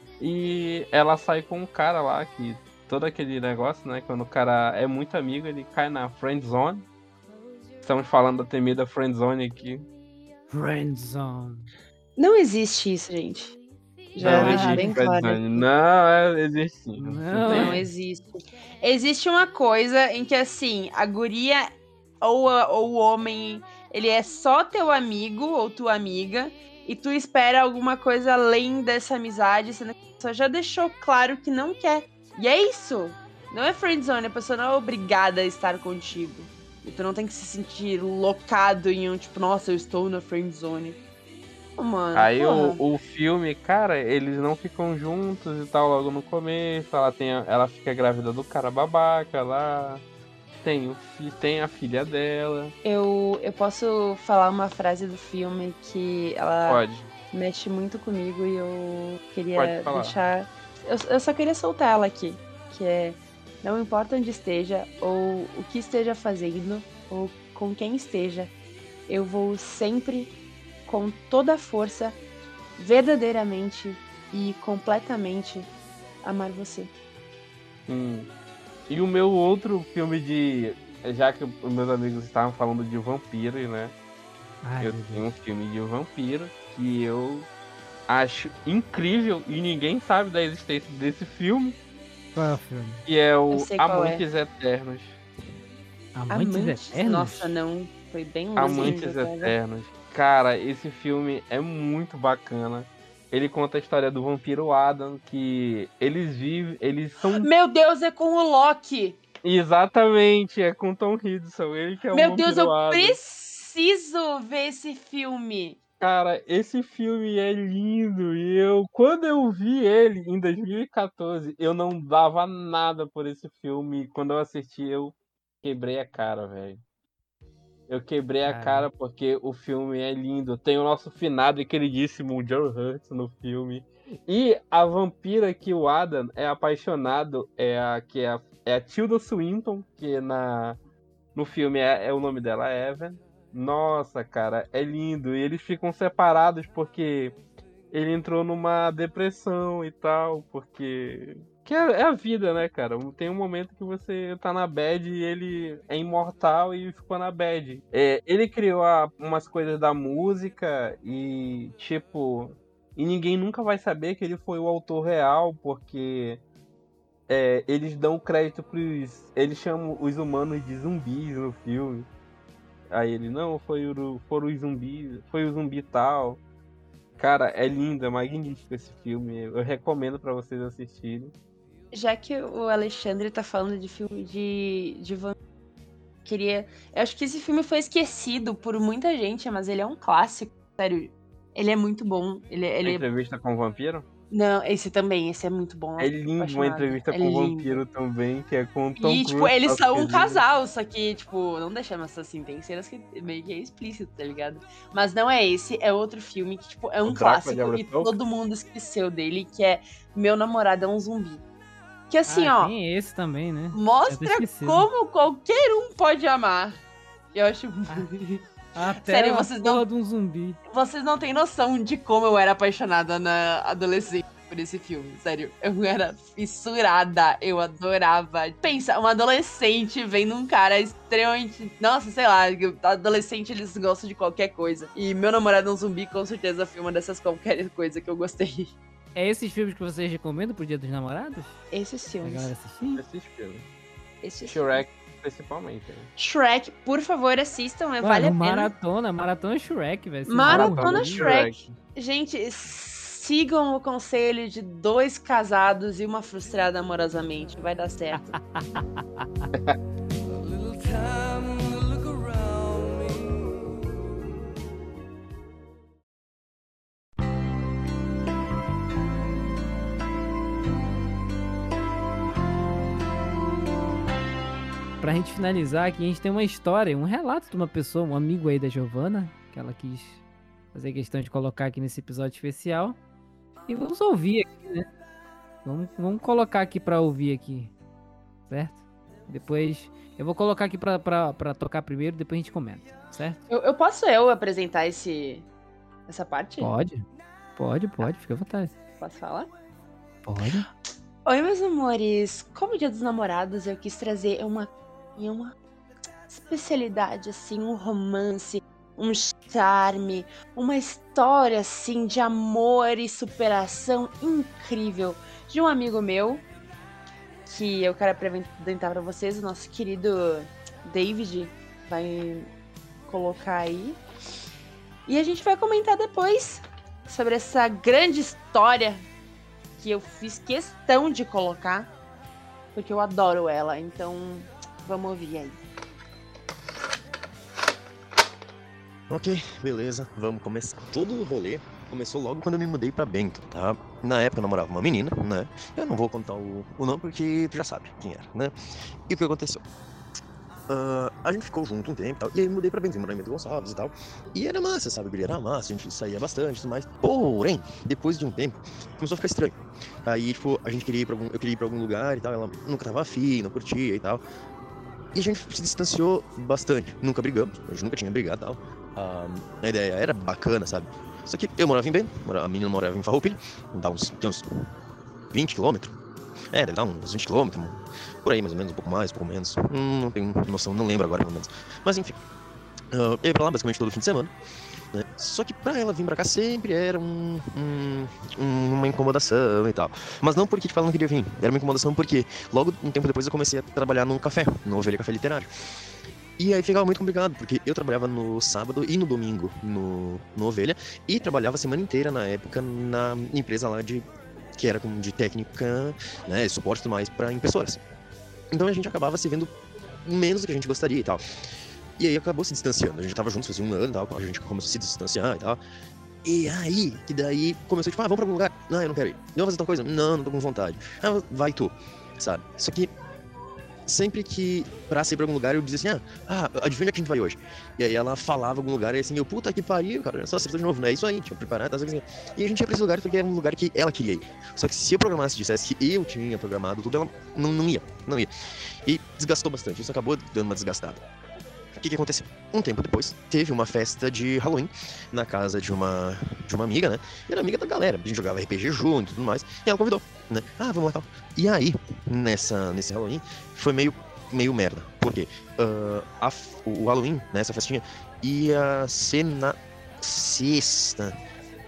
e ela sai com um cara lá que todo aquele negócio, né, quando o cara é muito amigo, ele cai na friend zone. Estamos falando da temida friend zone aqui. Friendzone. Não existe isso, gente. Já Não deixo existe bem friend claro. zone. Não, é, existe sim. Não, Não é. existe. Existe uma coisa em que, assim, a guria ou, a- ou o homem, ele é só teu amigo ou tua amiga, e tu espera alguma coisa além dessa amizade, sendo que a pessoa já deixou claro que não quer. E é isso. Não é friendzone, a pessoa não é obrigada a estar contigo. E tu não tem que se sentir locado em um, tipo, nossa, eu estou na friendzone. Oh, mano, Aí porra. o, o filme, cara, eles não ficam juntos e tal logo no começo. Ela, tem a- ela fica grávida do cara babaca lá. Tem, o fi- tem a filha dela. Eu, eu posso falar uma frase do filme que ela Pode. mexe muito comigo e eu queria Pode falar. deixar. Eu, eu só queria soltar ela aqui. Que é: não importa onde esteja, ou o que esteja fazendo, ou com quem esteja, eu vou sempre, com toda a força, verdadeiramente e completamente amar você. Hum. E o meu outro filme de. Já que os meus amigos estavam falando de vampiro, né? Ai, eu meu tenho um filme de vampiro que eu acho incrível e ninguém sabe da existência desse filme. Deus. Qual é o filme? Que é o Eu sei qual é. Amantes Eternos. Amantes Eternos? Nossa, não. Foi bem Amantes longe, cara. Eternos. Cara, esse filme é muito bacana. Ele conta a história do vampiro Adam, que eles vivem, eles são Meu Deus, é com o Loki! exatamente, é com Tom Hiddleston, ele que é o Meu vampiro Deus, eu Adam. preciso ver esse filme! Cara, esse filme é lindo e eu, quando eu vi ele em dois mil e quatorze, eu não dava nada por esse filme. Quando eu assisti, eu quebrei a cara, velho. Eu quebrei a Cara. cara porque o filme é lindo. Tem o nosso finado e queridíssimo Joe Hurt no filme. E a vampira que o Adam é apaixonado é a que é a é a Tilda Swinton, que na, no filme é, é o nome dela, é Evan. Nossa, cara, é lindo. E eles ficam separados porque ele entrou numa depressão e tal, porque... Que é, é a vida, né, cara? Tem um momento que você tá na bad e ele é imortal e ficou na bad. É, ele criou a, umas coisas da música e, tipo... E ninguém nunca vai saber que ele foi o autor real, porque... É, eles dão crédito pros... Eles chamam os humanos de zumbis no filme. Aí ele, não, foi o, foram os zumbis, foi o zumbi tal. Cara, é lindo, é magnífico esse filme. Eu recomendo pra vocês assistirem. Já que o Alexandre tá falando de filme de, de vampiro, queria... Eu acho que esse filme foi esquecido por muita gente, mas ele é um clássico, sério. Ele é muito bom. Ele, ele... A entrevista com o vampiro? Não, esse também, esse é muito bom. É lindo uma entrevista é com o lindo. vampiro também, que é com o Tom E, Cruise. tipo, eles são um fazendo. casal, só que, tipo, não deixamos assim, tem cenas que meio que é explícito, tá ligado? Mas não é esse, é outro filme que, tipo, é um O Drácula de clássico e Abertour? todo mundo esqueceu dele, que é Meu Namorado é um Zumbi. Que assim, ah, ó, tem esse também, né? mostra Eu tinha esquecido. como qualquer um pode amar. Eu acho... Até Sério, a vocês porra não- de um zumbi. Vocês não têm noção de como eu era apaixonada na adolescência por esse filme. Sério, eu era fissurada. Eu adorava. Pensa, uma adolescente vendo um cara extremamente... Nossa, sei lá, adolescente eles gostam de qualquer coisa. E Meu Namorado é um Zumbi com certeza foi uma dessas qualquer coisa que eu gostei. É esses filmes que vocês recomendam pro Dia dos Namorados? Esses Pra filmes. galera assistir? Esses filmes. Esses Shrek, principalmente. Né? Shrek, por favor, assistam, é, Mano, vale a pena. maratona, maratona Shrek, velho. Vocês Maratona viram? Maratona Shrek. Gente, sigam o conselho de dois casados e uma frustrada amorosamente. Vai dar certo. A little time to look around me. Pra gente finalizar aqui, a gente tem uma história, um relato de uma pessoa, um amigo aí da Giovana, que ela quis fazer questão de colocar aqui nesse episódio especial. E vamos ouvir aqui, né? Vamos, vamos colocar aqui pra ouvir aqui, certo? Depois, eu vou colocar aqui pra, pra, pra tocar primeiro, depois a gente comenta, certo? Eu, eu posso eu apresentar esse essa parte? Pode, pode, pode, fica à vontade. Posso falar? Pode. Oi, meus amores. Como Dia dos Namorados, eu quis trazer uma, uma especialidade, assim, um romance, um charme, uma história, assim, de amor e superação incrível de um amigo meu, que eu quero apresentar pra vocês, o nosso querido David vai colocar aí. E a gente vai comentar depois sobre essa grande história que eu fiz questão de colocar, porque eu adoro ela, então vamos ouvir aí. Ok, beleza, vamos começar. Todo o rolê começou logo quando eu me mudei pra Bento, tá? Na época eu namorava uma menina, né? Eu não vou contar o, o nome porque tu já sabe quem era, né? E o que aconteceu? Uh, a gente ficou junto um tempo e tal, e aí eu mudei pra Bento, morar em Bento Gonçalves e tal. E era massa, sabe? O guri era massa, a gente saía bastante e tudo mais. Porém, depois de um tempo, começou a ficar estranho. Aí, tipo, a gente queria ir pra algum, eu queria ir pra algum lugar e tal, ela nunca tava afim, não curtia e tal. E a gente se distanciou bastante. Nunca brigamos, a gente nunca tinha brigado e tal. Uh, a ideia era bacana, sabe? Só que eu morava em Bento, a menina morava em Farroupilha, dá uns, tem uns vinte quilômetros. É, deve dar uns vinte quilômetros, por aí mais ou menos, um pouco mais, um pouco menos. Hum, não tenho noção, não lembro agora pelo menos. Mas enfim, uh, eu ia pra lá basicamente todo fim de semana. Né? Só que pra ela vir pra cá sempre era um, um, um, uma incomodação e tal. Mas não porque tipo, ela não queria vir, era uma incomodação porque logo um tempo depois eu comecei a trabalhar num café, no Ovelha Café Literário. E aí ficava muito complicado, porque eu trabalhava no sábado e no domingo no, no Ovelha, e trabalhava a semana inteira na época na empresa lá de que era como de técnica, né, suporte e tudo mais para impressoras. Então a gente acabava se vendo menos do que a gente gostaria e tal. E aí acabou se distanciando. A gente tava juntos fazia um ano e tal, a gente começou a se distanciar e tal. E aí, que daí começou tipo, ah, vamos pra algum lugar. Não, eu não quero ir. Vamos fazer tal coisa? Não, não tô com vontade. Ah, vai tu, sabe? Só que sempre que, pra sair pra algum lugar, eu dizia assim, ah, ah, adivinha onde é que a gente vai hoje? E aí ela falava algum lugar, e assim, eu, puta que pariu, cara, é só sexta de novo, não é isso aí, tinha preparado, tá, assim. E a gente ia pra esse lugar porque era um lugar que ela queria ir. Só que se eu programasse e dissesse que eu tinha programado tudo, ela não, não ia, não ia. E desgastou bastante, isso acabou dando uma desgastada. O que que aconteceu? Um tempo depois, teve uma festa de Halloween na casa de uma, de uma amiga, né? E era amiga da galera, a gente jogava R P G junto e tudo mais, e ela convidou, né? Ah, vamos lá e tal. E aí, nessa, nesse Halloween, foi meio, meio merda. Por quê? Uh, a, o Halloween, né, essa festinha, ia ser na sexta.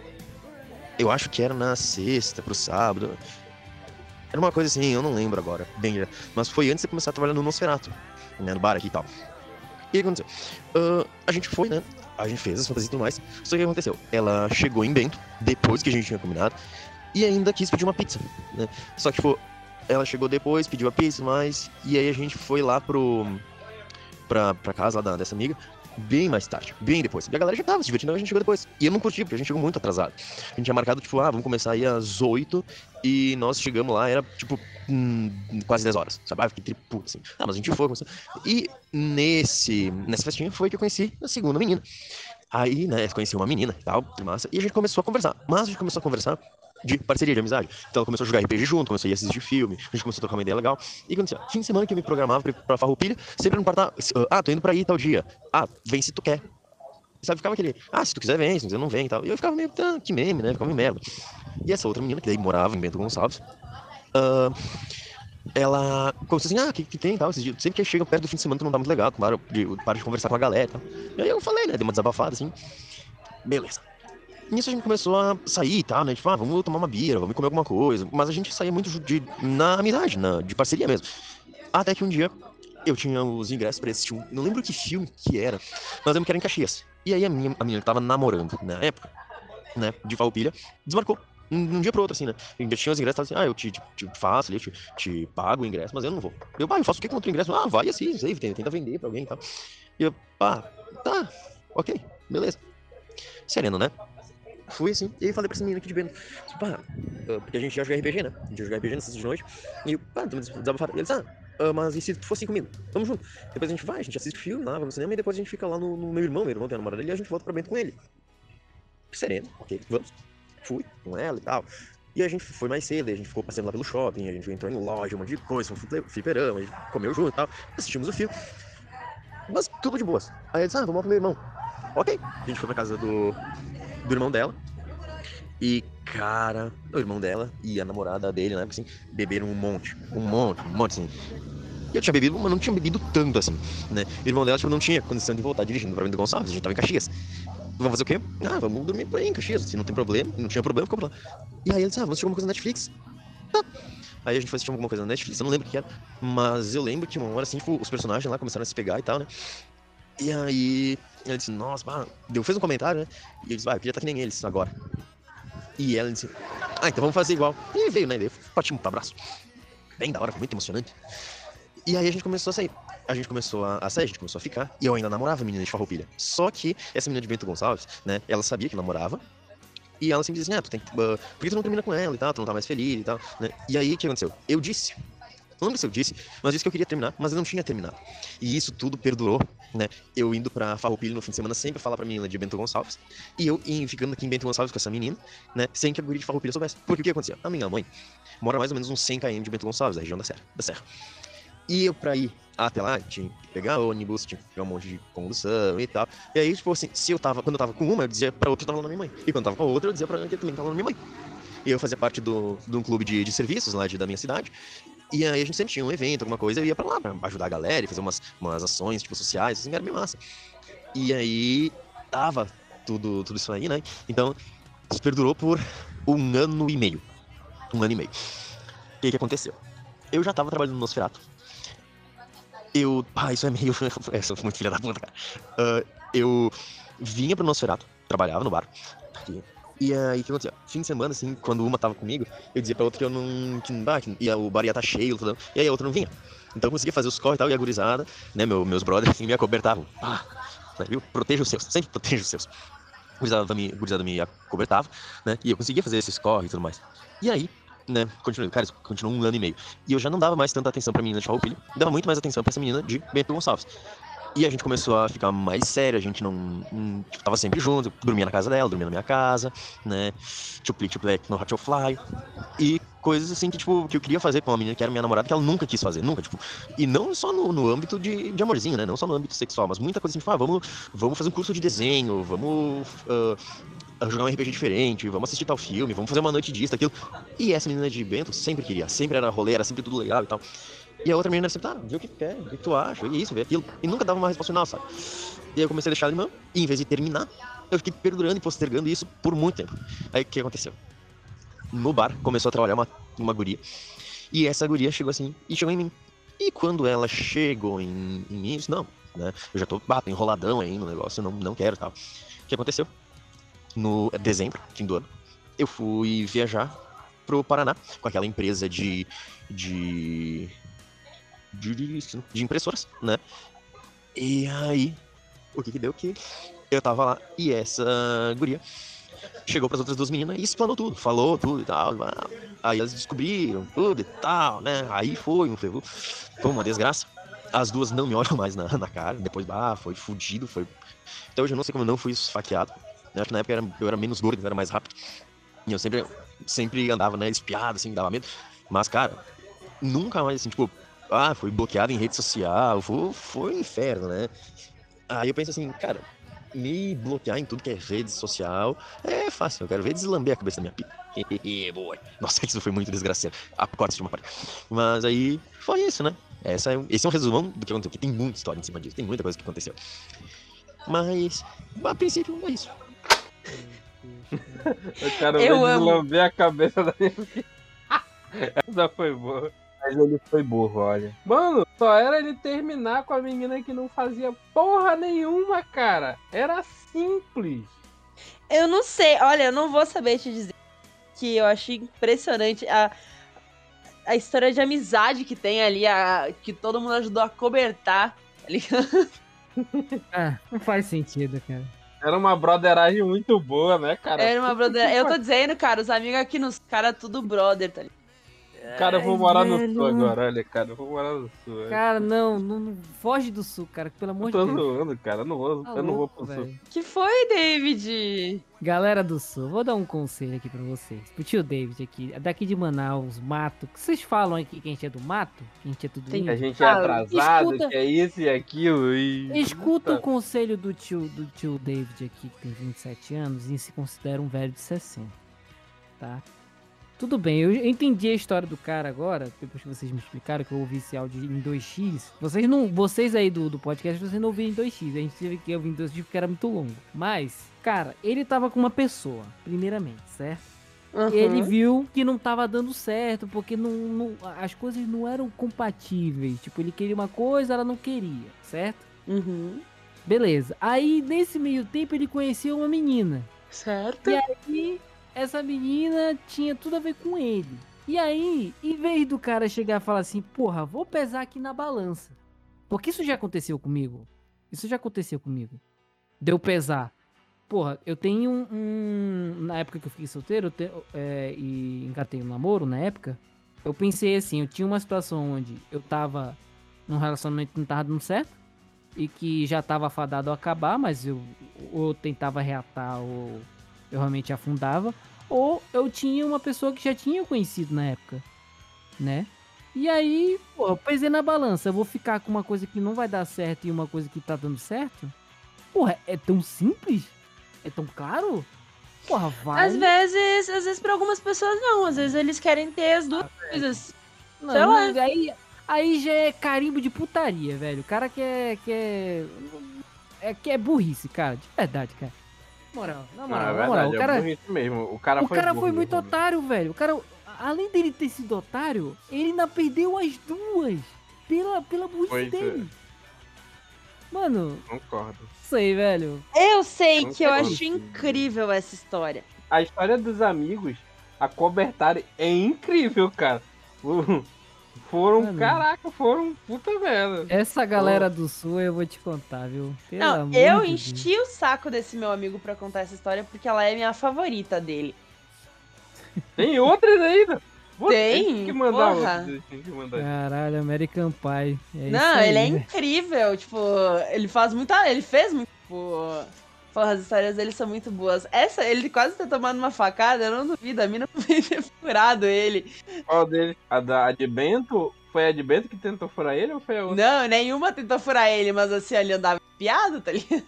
Eu acho que era na sexta pro sábado. Era uma coisa assim, eu não lembro agora, bem, mas foi antes de começar a trabalhar no Nosferatu, né, no bar aqui e tal. E o que aconteceu? Uh, a gente foi, né? A gente fez as fantasias e tudo mais. Só que o que aconteceu? Ela chegou em Bento, depois que a gente tinha combinado, e ainda quis pedir uma pizza, né? Só que, tipo, ela chegou depois, pediu a pizza e tudo mais, e aí a gente foi lá pro... Pra, pra casa lá da, dessa amiga, bem mais tarde, bem depois. E a galera já tava se divertindo, a gente chegou depois. E eu não curti, porque a gente chegou muito atrasado. A gente tinha marcado, tipo, ah, vamos começar aí às oito, e nós chegamos lá, era, tipo, hum, quase dez horas, sabe? Ah, fiquei triputo, assim. Ah, mas a gente foi, começou. E nesse, nessa festinha foi que eu conheci a segunda menina. Aí, né, conheci uma menina e tal, massa, e a gente começou a conversar. Mas a gente começou a conversar de parceria, de amizade. Então ela começou a jogar R P G junto, começou a ir assistir filme, a gente começou a trocar uma ideia legal. E quando assim, fim de semana que eu me programava pra, pra Farroupilha, sempre não parava, ah, tô indo pra ir tal dia. Ah, vem se tu quer. Sabe, ficava aquele, ah, se tu quiser vem, se tu quiser não vem e tal. E eu ficava meio, ah, que meme, né, ficava meio merda. E essa outra menina, que daí morava em Bento Gonçalves, uh, ela começou assim, ah, o que, que tem e tal, esses dias, sempre que chega perto do fim de semana tu não tá muito legal, para de, para de conversar com a galera e tal. E aí eu falei, né, dei uma desabafada assim, beleza. Nisso a gente começou a sair e tal, né? Tipo, ah, vamos tomar uma bira, vamos comer alguma coisa. Mas a gente saía muito de, na amizade, na, de parceria mesmo. Até que um dia eu tinha os ingressos pra assistir um... Não lembro que filme que era, mas lembro que era em Caxias. E aí a minha a menina que tava namorando na época, né, de Farroupilha, desmarcou. Um, um dia pro outro, assim, né? Eu tinha os ingressos, tava assim, ah, eu te, te, te faço ali, te, te pago o ingresso, mas eu não vou. Eu, ah, eu faço o que com outro ingresso? Ah, vai assim, não sei, tenta vender pra alguém e tal. E eu, ah, tá, ok, beleza. Sereno, né? Fui assim, e aí falei pra essa menina aqui de Bento, pá, uh, porque a gente ia jogar R P G, né? A gente ia jogar R P G nessa de noite, e eu, pá, tô me desabafado. E eles, ah, uh, mas e se tu fosse comigo? Vamos junto. Depois a gente vai, a gente assiste filme lá, vamos no cinema, e depois a gente fica lá no, no meu irmão, meu irmão tem a namorada dele, e a gente volta pra Bento com ele. Sereno, ok, vamos. Fui com ela e tal. E a gente foi mais cedo, a gente ficou passeando lá pelo shopping, a gente entrou em loja, um monte de coisa, um fliperama, a gente comeu junto e tal, assistimos o filme. Mas tudo de boas. Aí eles, ah, vamos lá pro meu irmão. Ok, a gente foi pra casa do, do irmão dela. E, cara, o irmão dela e a namorada dele, na época, assim, beberam um monte, um monte, um monte, assim. E eu tinha bebido, mas não tinha bebido tanto, assim, né? O irmão dela, tipo, não tinha condição de voltar dirigindo pra Bento Gonçalves, a gente tava em Caxias. Vamos fazer o quê? Ah, vamos dormir por aí em Caxias, se não tem problema, não tinha problema, ficou por lá. E aí eles, ah, vamos assistir alguma coisa na Netflix. Ah. Aí a gente foi assistir alguma coisa na Netflix, eu não lembro o que era, mas eu lembro que uma hora, assim, tipo, os personagens lá começaram a se pegar e tal, né? E aí, ele disse, nossa, pá, eu fiz um comentário, né? E eu disse, ah, eu queria estar que nem eles agora. E ela disse, ah, então vamos fazer igual. E veio, né? Daí partimos pro abraço. Bem da hora, foi muito emocionante. E aí a gente começou a sair. A gente começou a, a sair, a gente começou a ficar. E eu ainda namorava a menina de Farroupilha. Só que essa menina de Bento Gonçalves, né? Ela sabia que eu namorava. E ela sempre dizia assim, ah, tu tem que, uh, por que tu não termina com ela e tal? Tu não tá mais feliz e tal, né? E aí, o que aconteceu? Eu disse, não lembro se eu disse, mas disse que eu queria terminar, mas eu não tinha terminado. E isso tudo perdurou, né? Eu indo pra Farroupilha no fim de semana sempre falar pra menina de Bento Gonçalves. E eu em, ficando aqui em Bento Gonçalves com essa menina, né? Sem que a guria de Farroupilha soubesse. Porque o que acontecia? A minha mãe mora mais ou menos uns cem quilômetros de Bento Gonçalves, da região da Serra. Da Serra. E eu pra ir até lá, tinha que pegar ônibus, tinha que pegar um monte de condução e tal. E aí, tipo assim, se eu tava, quando eu tava com uma, eu dizia pra outra que eu tava lá na minha mãe. E quando eu tava com a outra, eu dizia pra ela que eu também tava lá na minha mãe. E eu fazia parte do, de um clube de, de serviços lá de, da minha cidade. E aí a gente sempre tinha um evento, alguma coisa, eu ia pra lá pra ajudar a galera e fazer umas, umas ações, tipo, sociais, assim, era bem massa. E aí, tava tudo, tudo isso aí, né? Então, isso perdurou por um ano e meio. Um ano e meio. O que que aconteceu? Eu já tava trabalhando no Nosferatu. Eu... Ah, isso é meio... Eu sou muito filha da puta, cara. Uh, eu vinha pro Nosferatu, trabalhava no bar. Aqui. E aí, o que acontecia? Fim de semana, assim, quando uma tava comigo, eu dizia pra outra que eu não... Que, ah, que ia, o bar ia estar tá cheio, tudo, e aí a outra não vinha. Então eu conseguia fazer os corre e tal, e a gurizada, né, meu, meus brothers, assim, me acobertavam. Ah, né, viu? Proteja os seus, sempre proteja os seus. A gurizada me, a gurizada me acobertava, né, e eu conseguia fazer esses corre e tudo mais. E aí, né, continuei, cara, isso continuou um ano e meio. E eu já não dava mais tanta atenção pra menina de Farroupilha, dava muito mais atenção pra essa menina de Bento Gonçalves. E a gente começou a ficar mais sério, a gente não, não tipo, tava sempre junto, eu dormia na casa dela, dormia na minha casa, né, tchupli tchupli no Hot Fly, e coisas assim que, tipo, que eu queria fazer com uma menina que era minha namorada, que ela nunca quis fazer, nunca, tipo, e não só no, no âmbito de, de amorzinho, né, não só no âmbito sexual, mas muita coisa assim, tipo, ah, vamos, vamos fazer um curso de desenho, vamos... Uh, jogar um R P G diferente, vamos assistir tal filme, vamos fazer uma noite disso, aquilo. E essa menina de Bento sempre queria, sempre era rolê, era sempre tudo legal e tal. E a outra menina sempre, tá, vê o que tu quer, o que tu acha, e isso, vê aquilo. E nunca dava uma resposta final, sabe? E aí eu comecei a deixar ela de mão, e em vez de terminar, eu fiquei perdurando e postergando isso por muito tempo. Aí o que aconteceu? No bar, começou a trabalhar uma, uma guria, e essa guria chegou assim, e chegou em mim. E quando ela chegou em, em mim, eu disse, não, né, eu já tô, ah, tô enroladão aí no negócio, não, não quero e tal. O que aconteceu? No dezembro, fim do ano, eu fui viajar pro Paraná com aquela empresa de de, de, de impressoras, né? E aí, o que que deu que eu tava lá e essa guria chegou pras outras duas meninas e explanou tudo, falou tudo e tal. Aí elas descobriram tudo e tal, né? Aí foi, foi, foi uma desgraça. As duas não me olham mais na, na cara, depois, bah, foi fudido, foi... Até hoje eu não sei como eu não fui esfaqueado. Acho que na época eu era, eu era menos gordo, eu era mais rápido. E eu sempre, sempre andava, né, espiado, assim, dava medo. Mas, cara, nunca mais, assim, tipo, ah, fui bloqueado em rede social, foi, foi um inferno, né? Aí eu penso assim, cara, me bloquear em tudo que é rede social é fácil, eu quero ver deslamber a cabeça da minha pica. Boa. Nossa, isso foi muito desgraçado. Ah, corta de uma parte. Mas aí, foi isso, né? Essa é, esse é um resumão do que aconteceu, porque tem muita história em cima disso, tem muita coisa que aconteceu. Mas, a princípio, é isso. Eu quero Eu ver amo. deslamber a cabeça da minha filha. Essa foi boa. Mas ele foi burro, olha. Mano, só era ele terminar com a menina que não fazia porra nenhuma, cara. Era simples. Eu não sei, olha, eu não vou saber te dizer que eu achei impressionante a, a história de amizade que tem ali, a, que todo mundo ajudou a cobertar, tá ligado? Ah, não faz sentido, cara. Era uma brotheragem muito boa, né, cara? Era uma brother. Eu tô dizendo, cara, os amigos aqui nos caras tudo brother, tá ligado? Cara, eu vou Ai, morar no velho. sul agora, olha, cara, eu vou morar no sul. é. Cara, não, não, não foge do sul, cara, pelo amor Eu de tô Deus. zoando, cara, eu não vou, Tá eu não vou louco, pro sul. velho. Que foi, David? Galera do sul, vou dar um conselho aqui pra vocês. Pro tio David aqui, daqui de Manaus, mato. Que vocês falam aqui que a gente é do mato? Que a gente é tudo Tem- Que a índio? gente é Ah, atrasado, escuta- que é isso e aquilo e... Escuta o Puta. conselho do tio, do tio David aqui, que tem vinte e sete anos e se considera um velho de sessenta, tá? Tudo bem, eu entendi a história do cara agora, depois que vocês me explicaram que eu ouvi esse áudio em dois x. Vocês não, vocês aí do, do podcast, vocês não ouviram em dois x, a gente teve que ouvir em dois x porque era muito longo. Mas, cara, ele tava com uma pessoa, primeiramente, certo? Uhum. Ele viu que não tava dando certo, porque não, não- as coisas não eram compatíveis. Tipo, ele queria uma coisa, ela não queria, certo? Uhum. Beleza. Aí, nesse meio tempo, ele conheceu uma menina. Certo. E aí, essa menina tinha tudo a ver com ele. E aí, em vez do cara chegar e falar assim, porra, vou pesar aqui na balança. Porque isso já aconteceu comigo. Isso já aconteceu comigo. Deu pesar. Porra, eu tenho um... um- na época que eu fiquei solteiro eu te- é, e engatei um namoro, na época, eu pensei assim, eu tinha uma situação onde eu tava num relacionamento que não tava dando certo, e que já tava fadado a acabar, mas eu ou eu tentava reatar ou eu realmente afundava, ou eu tinha uma pessoa que já tinha conhecido na época, né? E aí, pô, eu pesei na balança, eu vou ficar com uma coisa que não vai dar certo e uma coisa que tá dando certo? Porra, é tão simples? É tão claro? Porra, vai. Às vezes, às vezes pra algumas pessoas não, às vezes eles querem ter as duas coisas. Não, sei lá. mas aí, aí já é carimbo de putaria, velho. O cara quer, quer, é que é burrice, cara, de verdade, cara. Na moral, na Não, moral, é na moral, verdade, o cara... é burrice mesmo. O cara O foi cara burro foi muito mesmo. otário, velho. O cara, além dele ter sido otário, ele ainda perdeu as duas pela, pela burrice Pois é. dele. Mano, Concordo. sei, velho. Eu sei Não que eu sei. acho incrível essa história. A história dos amigos acobertarem é incrível, cara. O- Foram, Mano. caraca, foram puta merda. Essa galera do sul eu vou te contar, viu? Pelo Não, amor eu de enchi o saco desse meu amigo pra contar essa história porque ela é minha favorita dele. Tem outras ainda. Você Tem, que mandar porra. outro, tem que mandar. Caralho, American Pie. É Não, isso aí, ele é né? incrível, tipo, ele faz muita. Ele fez muito, tipo. Porra, as histórias dele são muito boas. Essa, ele quase tá tomando uma facada, eu não duvido, a mina foi ter furado ele. Qual dele? A, da, a de Bento? Foi a de Bento que tentou furar ele ou foi a outra? Não, nenhuma tentou furar ele, mas assim, ele andava piado, tá ligado?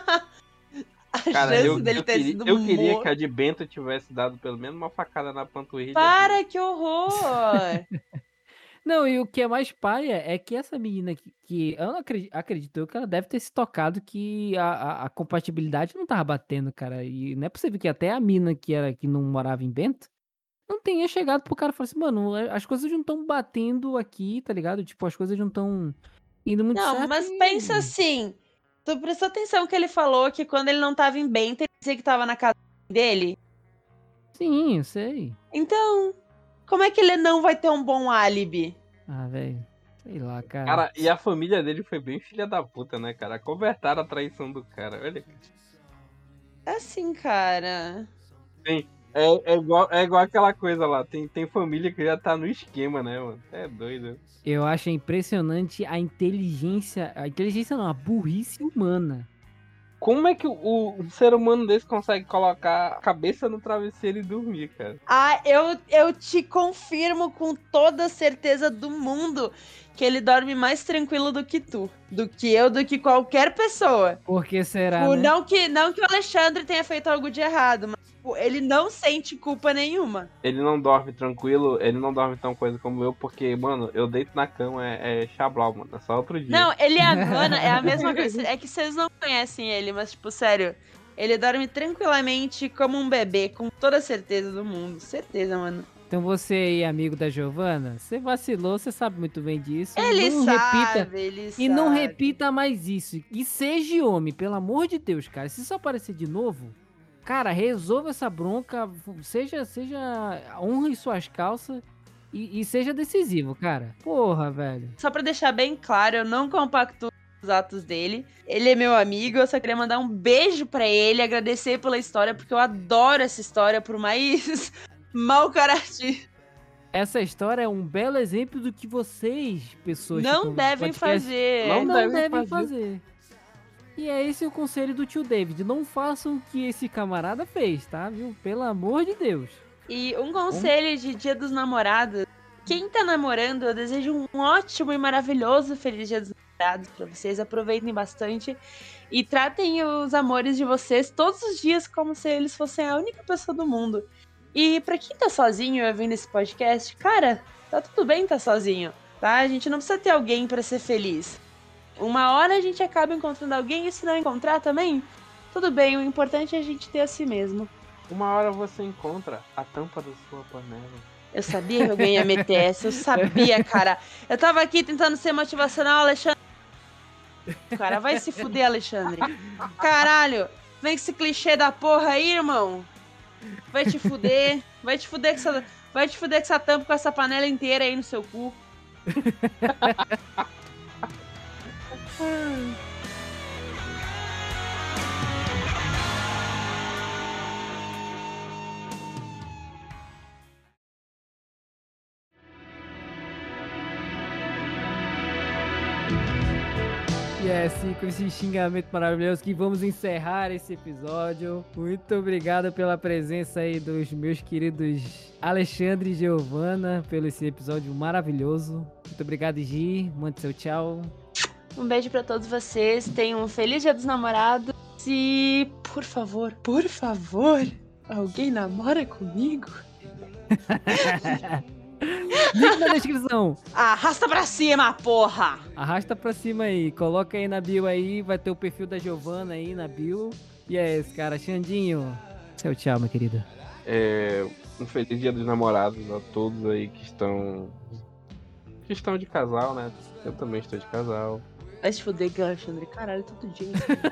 A Cara, chance eu, dele eu, ter queria, sido eu queria morto. que a de Bento tivesse dado pelo menos uma facada na panturrilha. Para, que horror! Não, e o que é mais paia é que essa menina que, que eu não acredito, acredito que ela deve ter se tocado que a, a, a compatibilidade não tava batendo, cara. E não é possível que até a mina que era que não morava em Bento não tenha chegado pro cara e falado assim, mano, as coisas não estão batendo aqui, tá ligado? Tipo, as coisas não estão indo muito Não, certo. mas e- pensa assim. Tu prestou atenção que ele falou que quando ele não tava em Bento, ele dizia que tava na casa dele? Sim, eu sei. Então, como é que ele não vai ter um bom álibi? Ah, velho. Sei lá, cara. Cara, e a família dele foi bem filha da puta, né, cara? Convertaram a traição do cara. Olha. Assim, cara. Sim. É, é, igual, é igual aquela coisa lá. Tem, tem família que já tá no esquema, né, mano? É doido. Eu acho impressionante a inteligência. A inteligência não, a burrice humana. Como é que o, o ser humano desse consegue colocar a cabeça no travesseiro e dormir, cara? Ah, eu, eu te confirmo com toda a certeza do mundo que ele dorme mais tranquilo do que tu. Do que eu, do que qualquer pessoa. Por que será, Tipo, né? não, que, não que o Alexandre tenha feito algo de errado, mas tipo, ele não sente culpa nenhuma. Ele não dorme tranquilo, ele não dorme tão coisa como eu, porque, mano, eu deito na cama, é, é chablau, mano. É só outro dia. Não, ele é, mano, é a mesma coisa. É que vocês não conhecem ele, mas, tipo, sério, ele dorme tranquilamente como um bebê, com toda a certeza do mundo. Certeza, mano. Então você aí, amigo da Giovana, você vacilou, você sabe muito bem disso. Ele não sabe, repita, ele E não sabe. repita mais isso. E seja homem, pelo amor de Deus, cara. Se isso aparecer de novo, cara, resolva essa bronca, seja, seja, honre suas calças e, e seja decisivo, cara. Porra, velho. Só pra deixar bem claro, eu não compacto os atos dele. Ele é meu amigo, eu só queria mandar um beijo pra ele, agradecer pela história, porque eu adoro essa história, por mais mau caráter. Essa história é um belo exemplo do que vocês, pessoas que Não estão no devem podcast, fazer. Não não devem devem fazer. fazer. E é esse o conselho do tio David. Não façam o que esse camarada fez, tá? Viu? Pelo amor de Deus. E um conselho de Dia dos Namorados. Quem tá namorando, eu desejo um ótimo e maravilhoso Feliz Dia dos Namorados pra vocês. Aproveitem bastante. E tratem os amores de vocês todos os dias como se eles fossem a única pessoa do mundo. E pra quem tá sozinho ouvindo esse podcast, cara, tá tudo bem tá sozinho, tá? A gente não precisa ter alguém pra ser feliz. Uma hora a gente acaba encontrando alguém e se não encontrar também, tudo bem, o importante é a gente ter a si mesmo. Uma hora você encontra a tampa da sua panela. Eu sabia que alguém ia meter essa, eu sabia, cara. Eu tava aqui tentando ser motivacional, Alexandre. Cara, vai se fuder, Alexandre. Caralho, vem com esse clichê da porra aí, irmão. Vai te fuder, vai te fuder com essa, vai te fuder com essa tampa, com essa panela inteira aí no seu cu. E é assim, com esse xingamento maravilhoso que vamos encerrar esse episódio. Muito obrigado pela presença aí dos meus queridos Alexandre e Giovana, pelo esse episódio maravilhoso. Muito obrigado, Gi. Mande seu tchau. Um beijo pra todos vocês, tenham um feliz Dia dos Namorados. E, por favor, por favor, alguém namora comigo? Link na descrição. Arrasta pra cima, porra! Arrasta pra cima aí. Coloca aí na bio aí. Vai ter o perfil da Giovana aí na bio. E é esse, cara. Xandinho. Seu tchau, meu querido. É, um feliz Dia dos Namorados a todos aí que estão que estão de casal, né? Eu também estou de casal. Vai se fuder, Alexandre. Caralho, todo dia.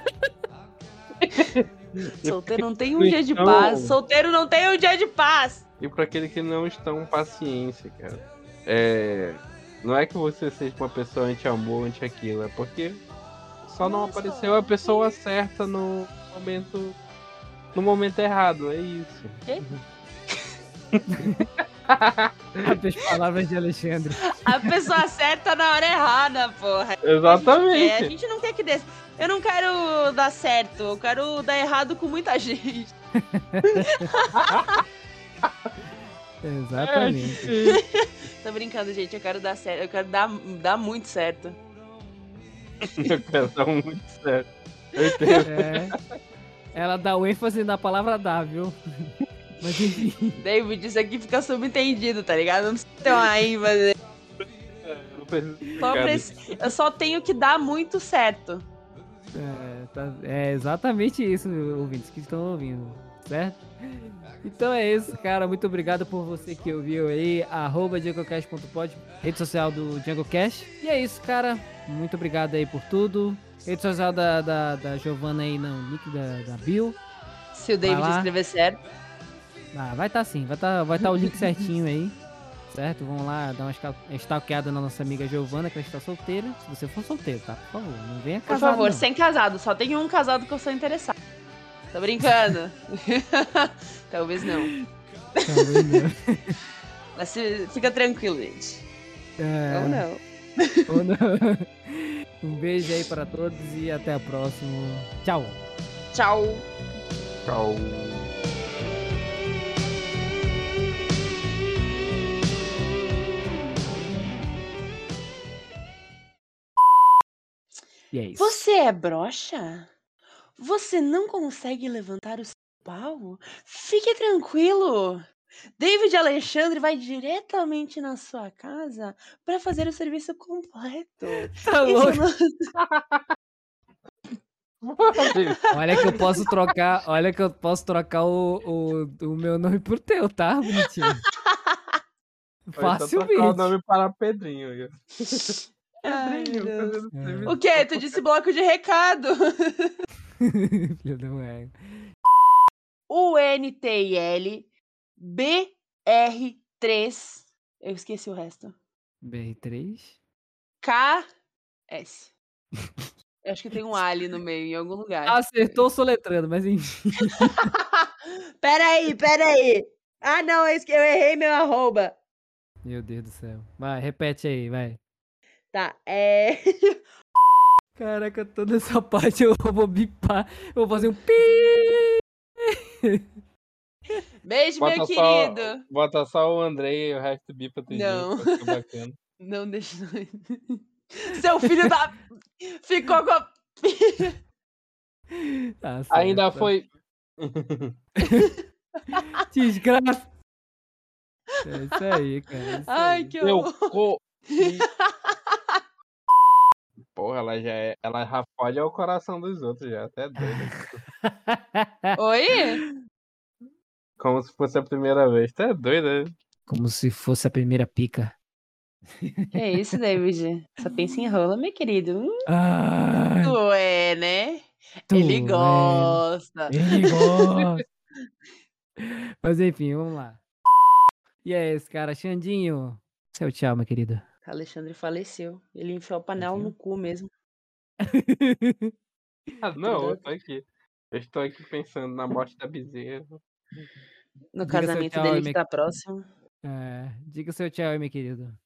Solteiro não tem um dia de Então- paz. Solteiro não tem um dia de paz. E para aqueles que não estão, paciência, cara. É, não é que você seja uma pessoa anti-amor, anti-aquilo, é porque só não apareceu a pessoa certa no momento no momento errado, é isso. Quê? Sabe as palavras de Alexandre. A pessoa acerta na hora errada, porra. Exatamente. É, a gente não quer que dê. Eu não quero dar certo, eu quero dar errado com muita gente. Exatamente. Tô brincando, gente. Eu quero dar certo. Eu quero dar, dar muito certo. Eu quero dar muito certo. Eu entendo. É. Ela dá o ênfase na palavra dar, viu? Mas enfim. David, isso aqui fica subentendido, tá ligado? Não precisa ter uma ênfase. Não precisa Só explicar. preci- Eu só tenho que dar muito certo. É, tá- é exatamente isso, ouvintes que estão ouvindo, certo? Então é isso, cara. Muito obrigado por você que ouviu aí. Arroba DjangoCast ponto pod, rede social do DjangoCast. E é isso, cara. Muito obrigado aí por tudo. Rede social da, da, da Giovana aí no link da, da Bill. Se o David lá. escrever certo. Ah, vai estar sim, vai estar vai tá o link certinho aí. Certo? Vamos lá dar uma esca- stalkeada na nossa amiga Giovana, que ela está solteira. Se você for solteiro, tá? Por favor, não venha Por casado. favor, não. sem casado. Só tem um casado que eu sou interessado. Tô brincando. Talvez não. Talvez não. Mas se- fica tranquilo, gente. É, Ou não. ou não. Um beijo aí para todos e até a próxima. Tchau. Tchau. Tchau. E é isso. Você é broxa? Você não consegue levantar o seu pau? Fique tranquilo. David Alexandre vai diretamente na sua casa para fazer o serviço completo. Tá Isso louco? não- Olha que eu posso trocar, olha que eu posso trocar o, o, o meu nome por teu, tá, bonitinho? Pode só trocar o Facilmente. nome para Pedrinho. viu? Ai, Pedrinho, meu Deus. fazendo É. serviço. O quê? Tu disse bloco de recado. Filho da mãe. U N T I L B R três. Eu esqueci o resto. B R três. K S. Eu acho que tem um A ali no meio, em algum lugar. Acertou soletrando, mas enfim. Peraí, peraí. Ah, não, eu esque- eu errei meu arroba. Meu Deus do céu. Vai, repete aí, vai. Tá, é. Caraca, toda essa parte eu vou bipar. Eu vou fazer um pi. Beijo, Bota meu só- querido. Bota só o Andrei e o resto do bipa tudinho. Não. pra ficar bacana. Não deixa. Seu filho da. Ficou com a. Tá certo. Ainda foi. Desgraça. É isso aí, cara. é isso Ai, aí. que Meu horror. co. Porra, ela já é. Ela já pode é o coração dos outros, já. Até doido. Oi? Como se fosse a primeira vez. Até doido, né? Como se fosse a primeira pica. Que é isso, David? Só pensa em rola, meu querido. Hum, Ai, tu é, né? tu Ele é. gosta. Ele gosta. Mas enfim, vamos lá. E é esse cara, Xandinho. Seu tchau, meu querido. Alexandre faleceu. Ele enfiou a panela no cu mesmo. Ah, não, eu tô aqui. Eu estou aqui pensando na morte da bezerra. No Diga seu casamento tchau, dele minha- que tá próximo. É, diga seu tchau aí, meu querido.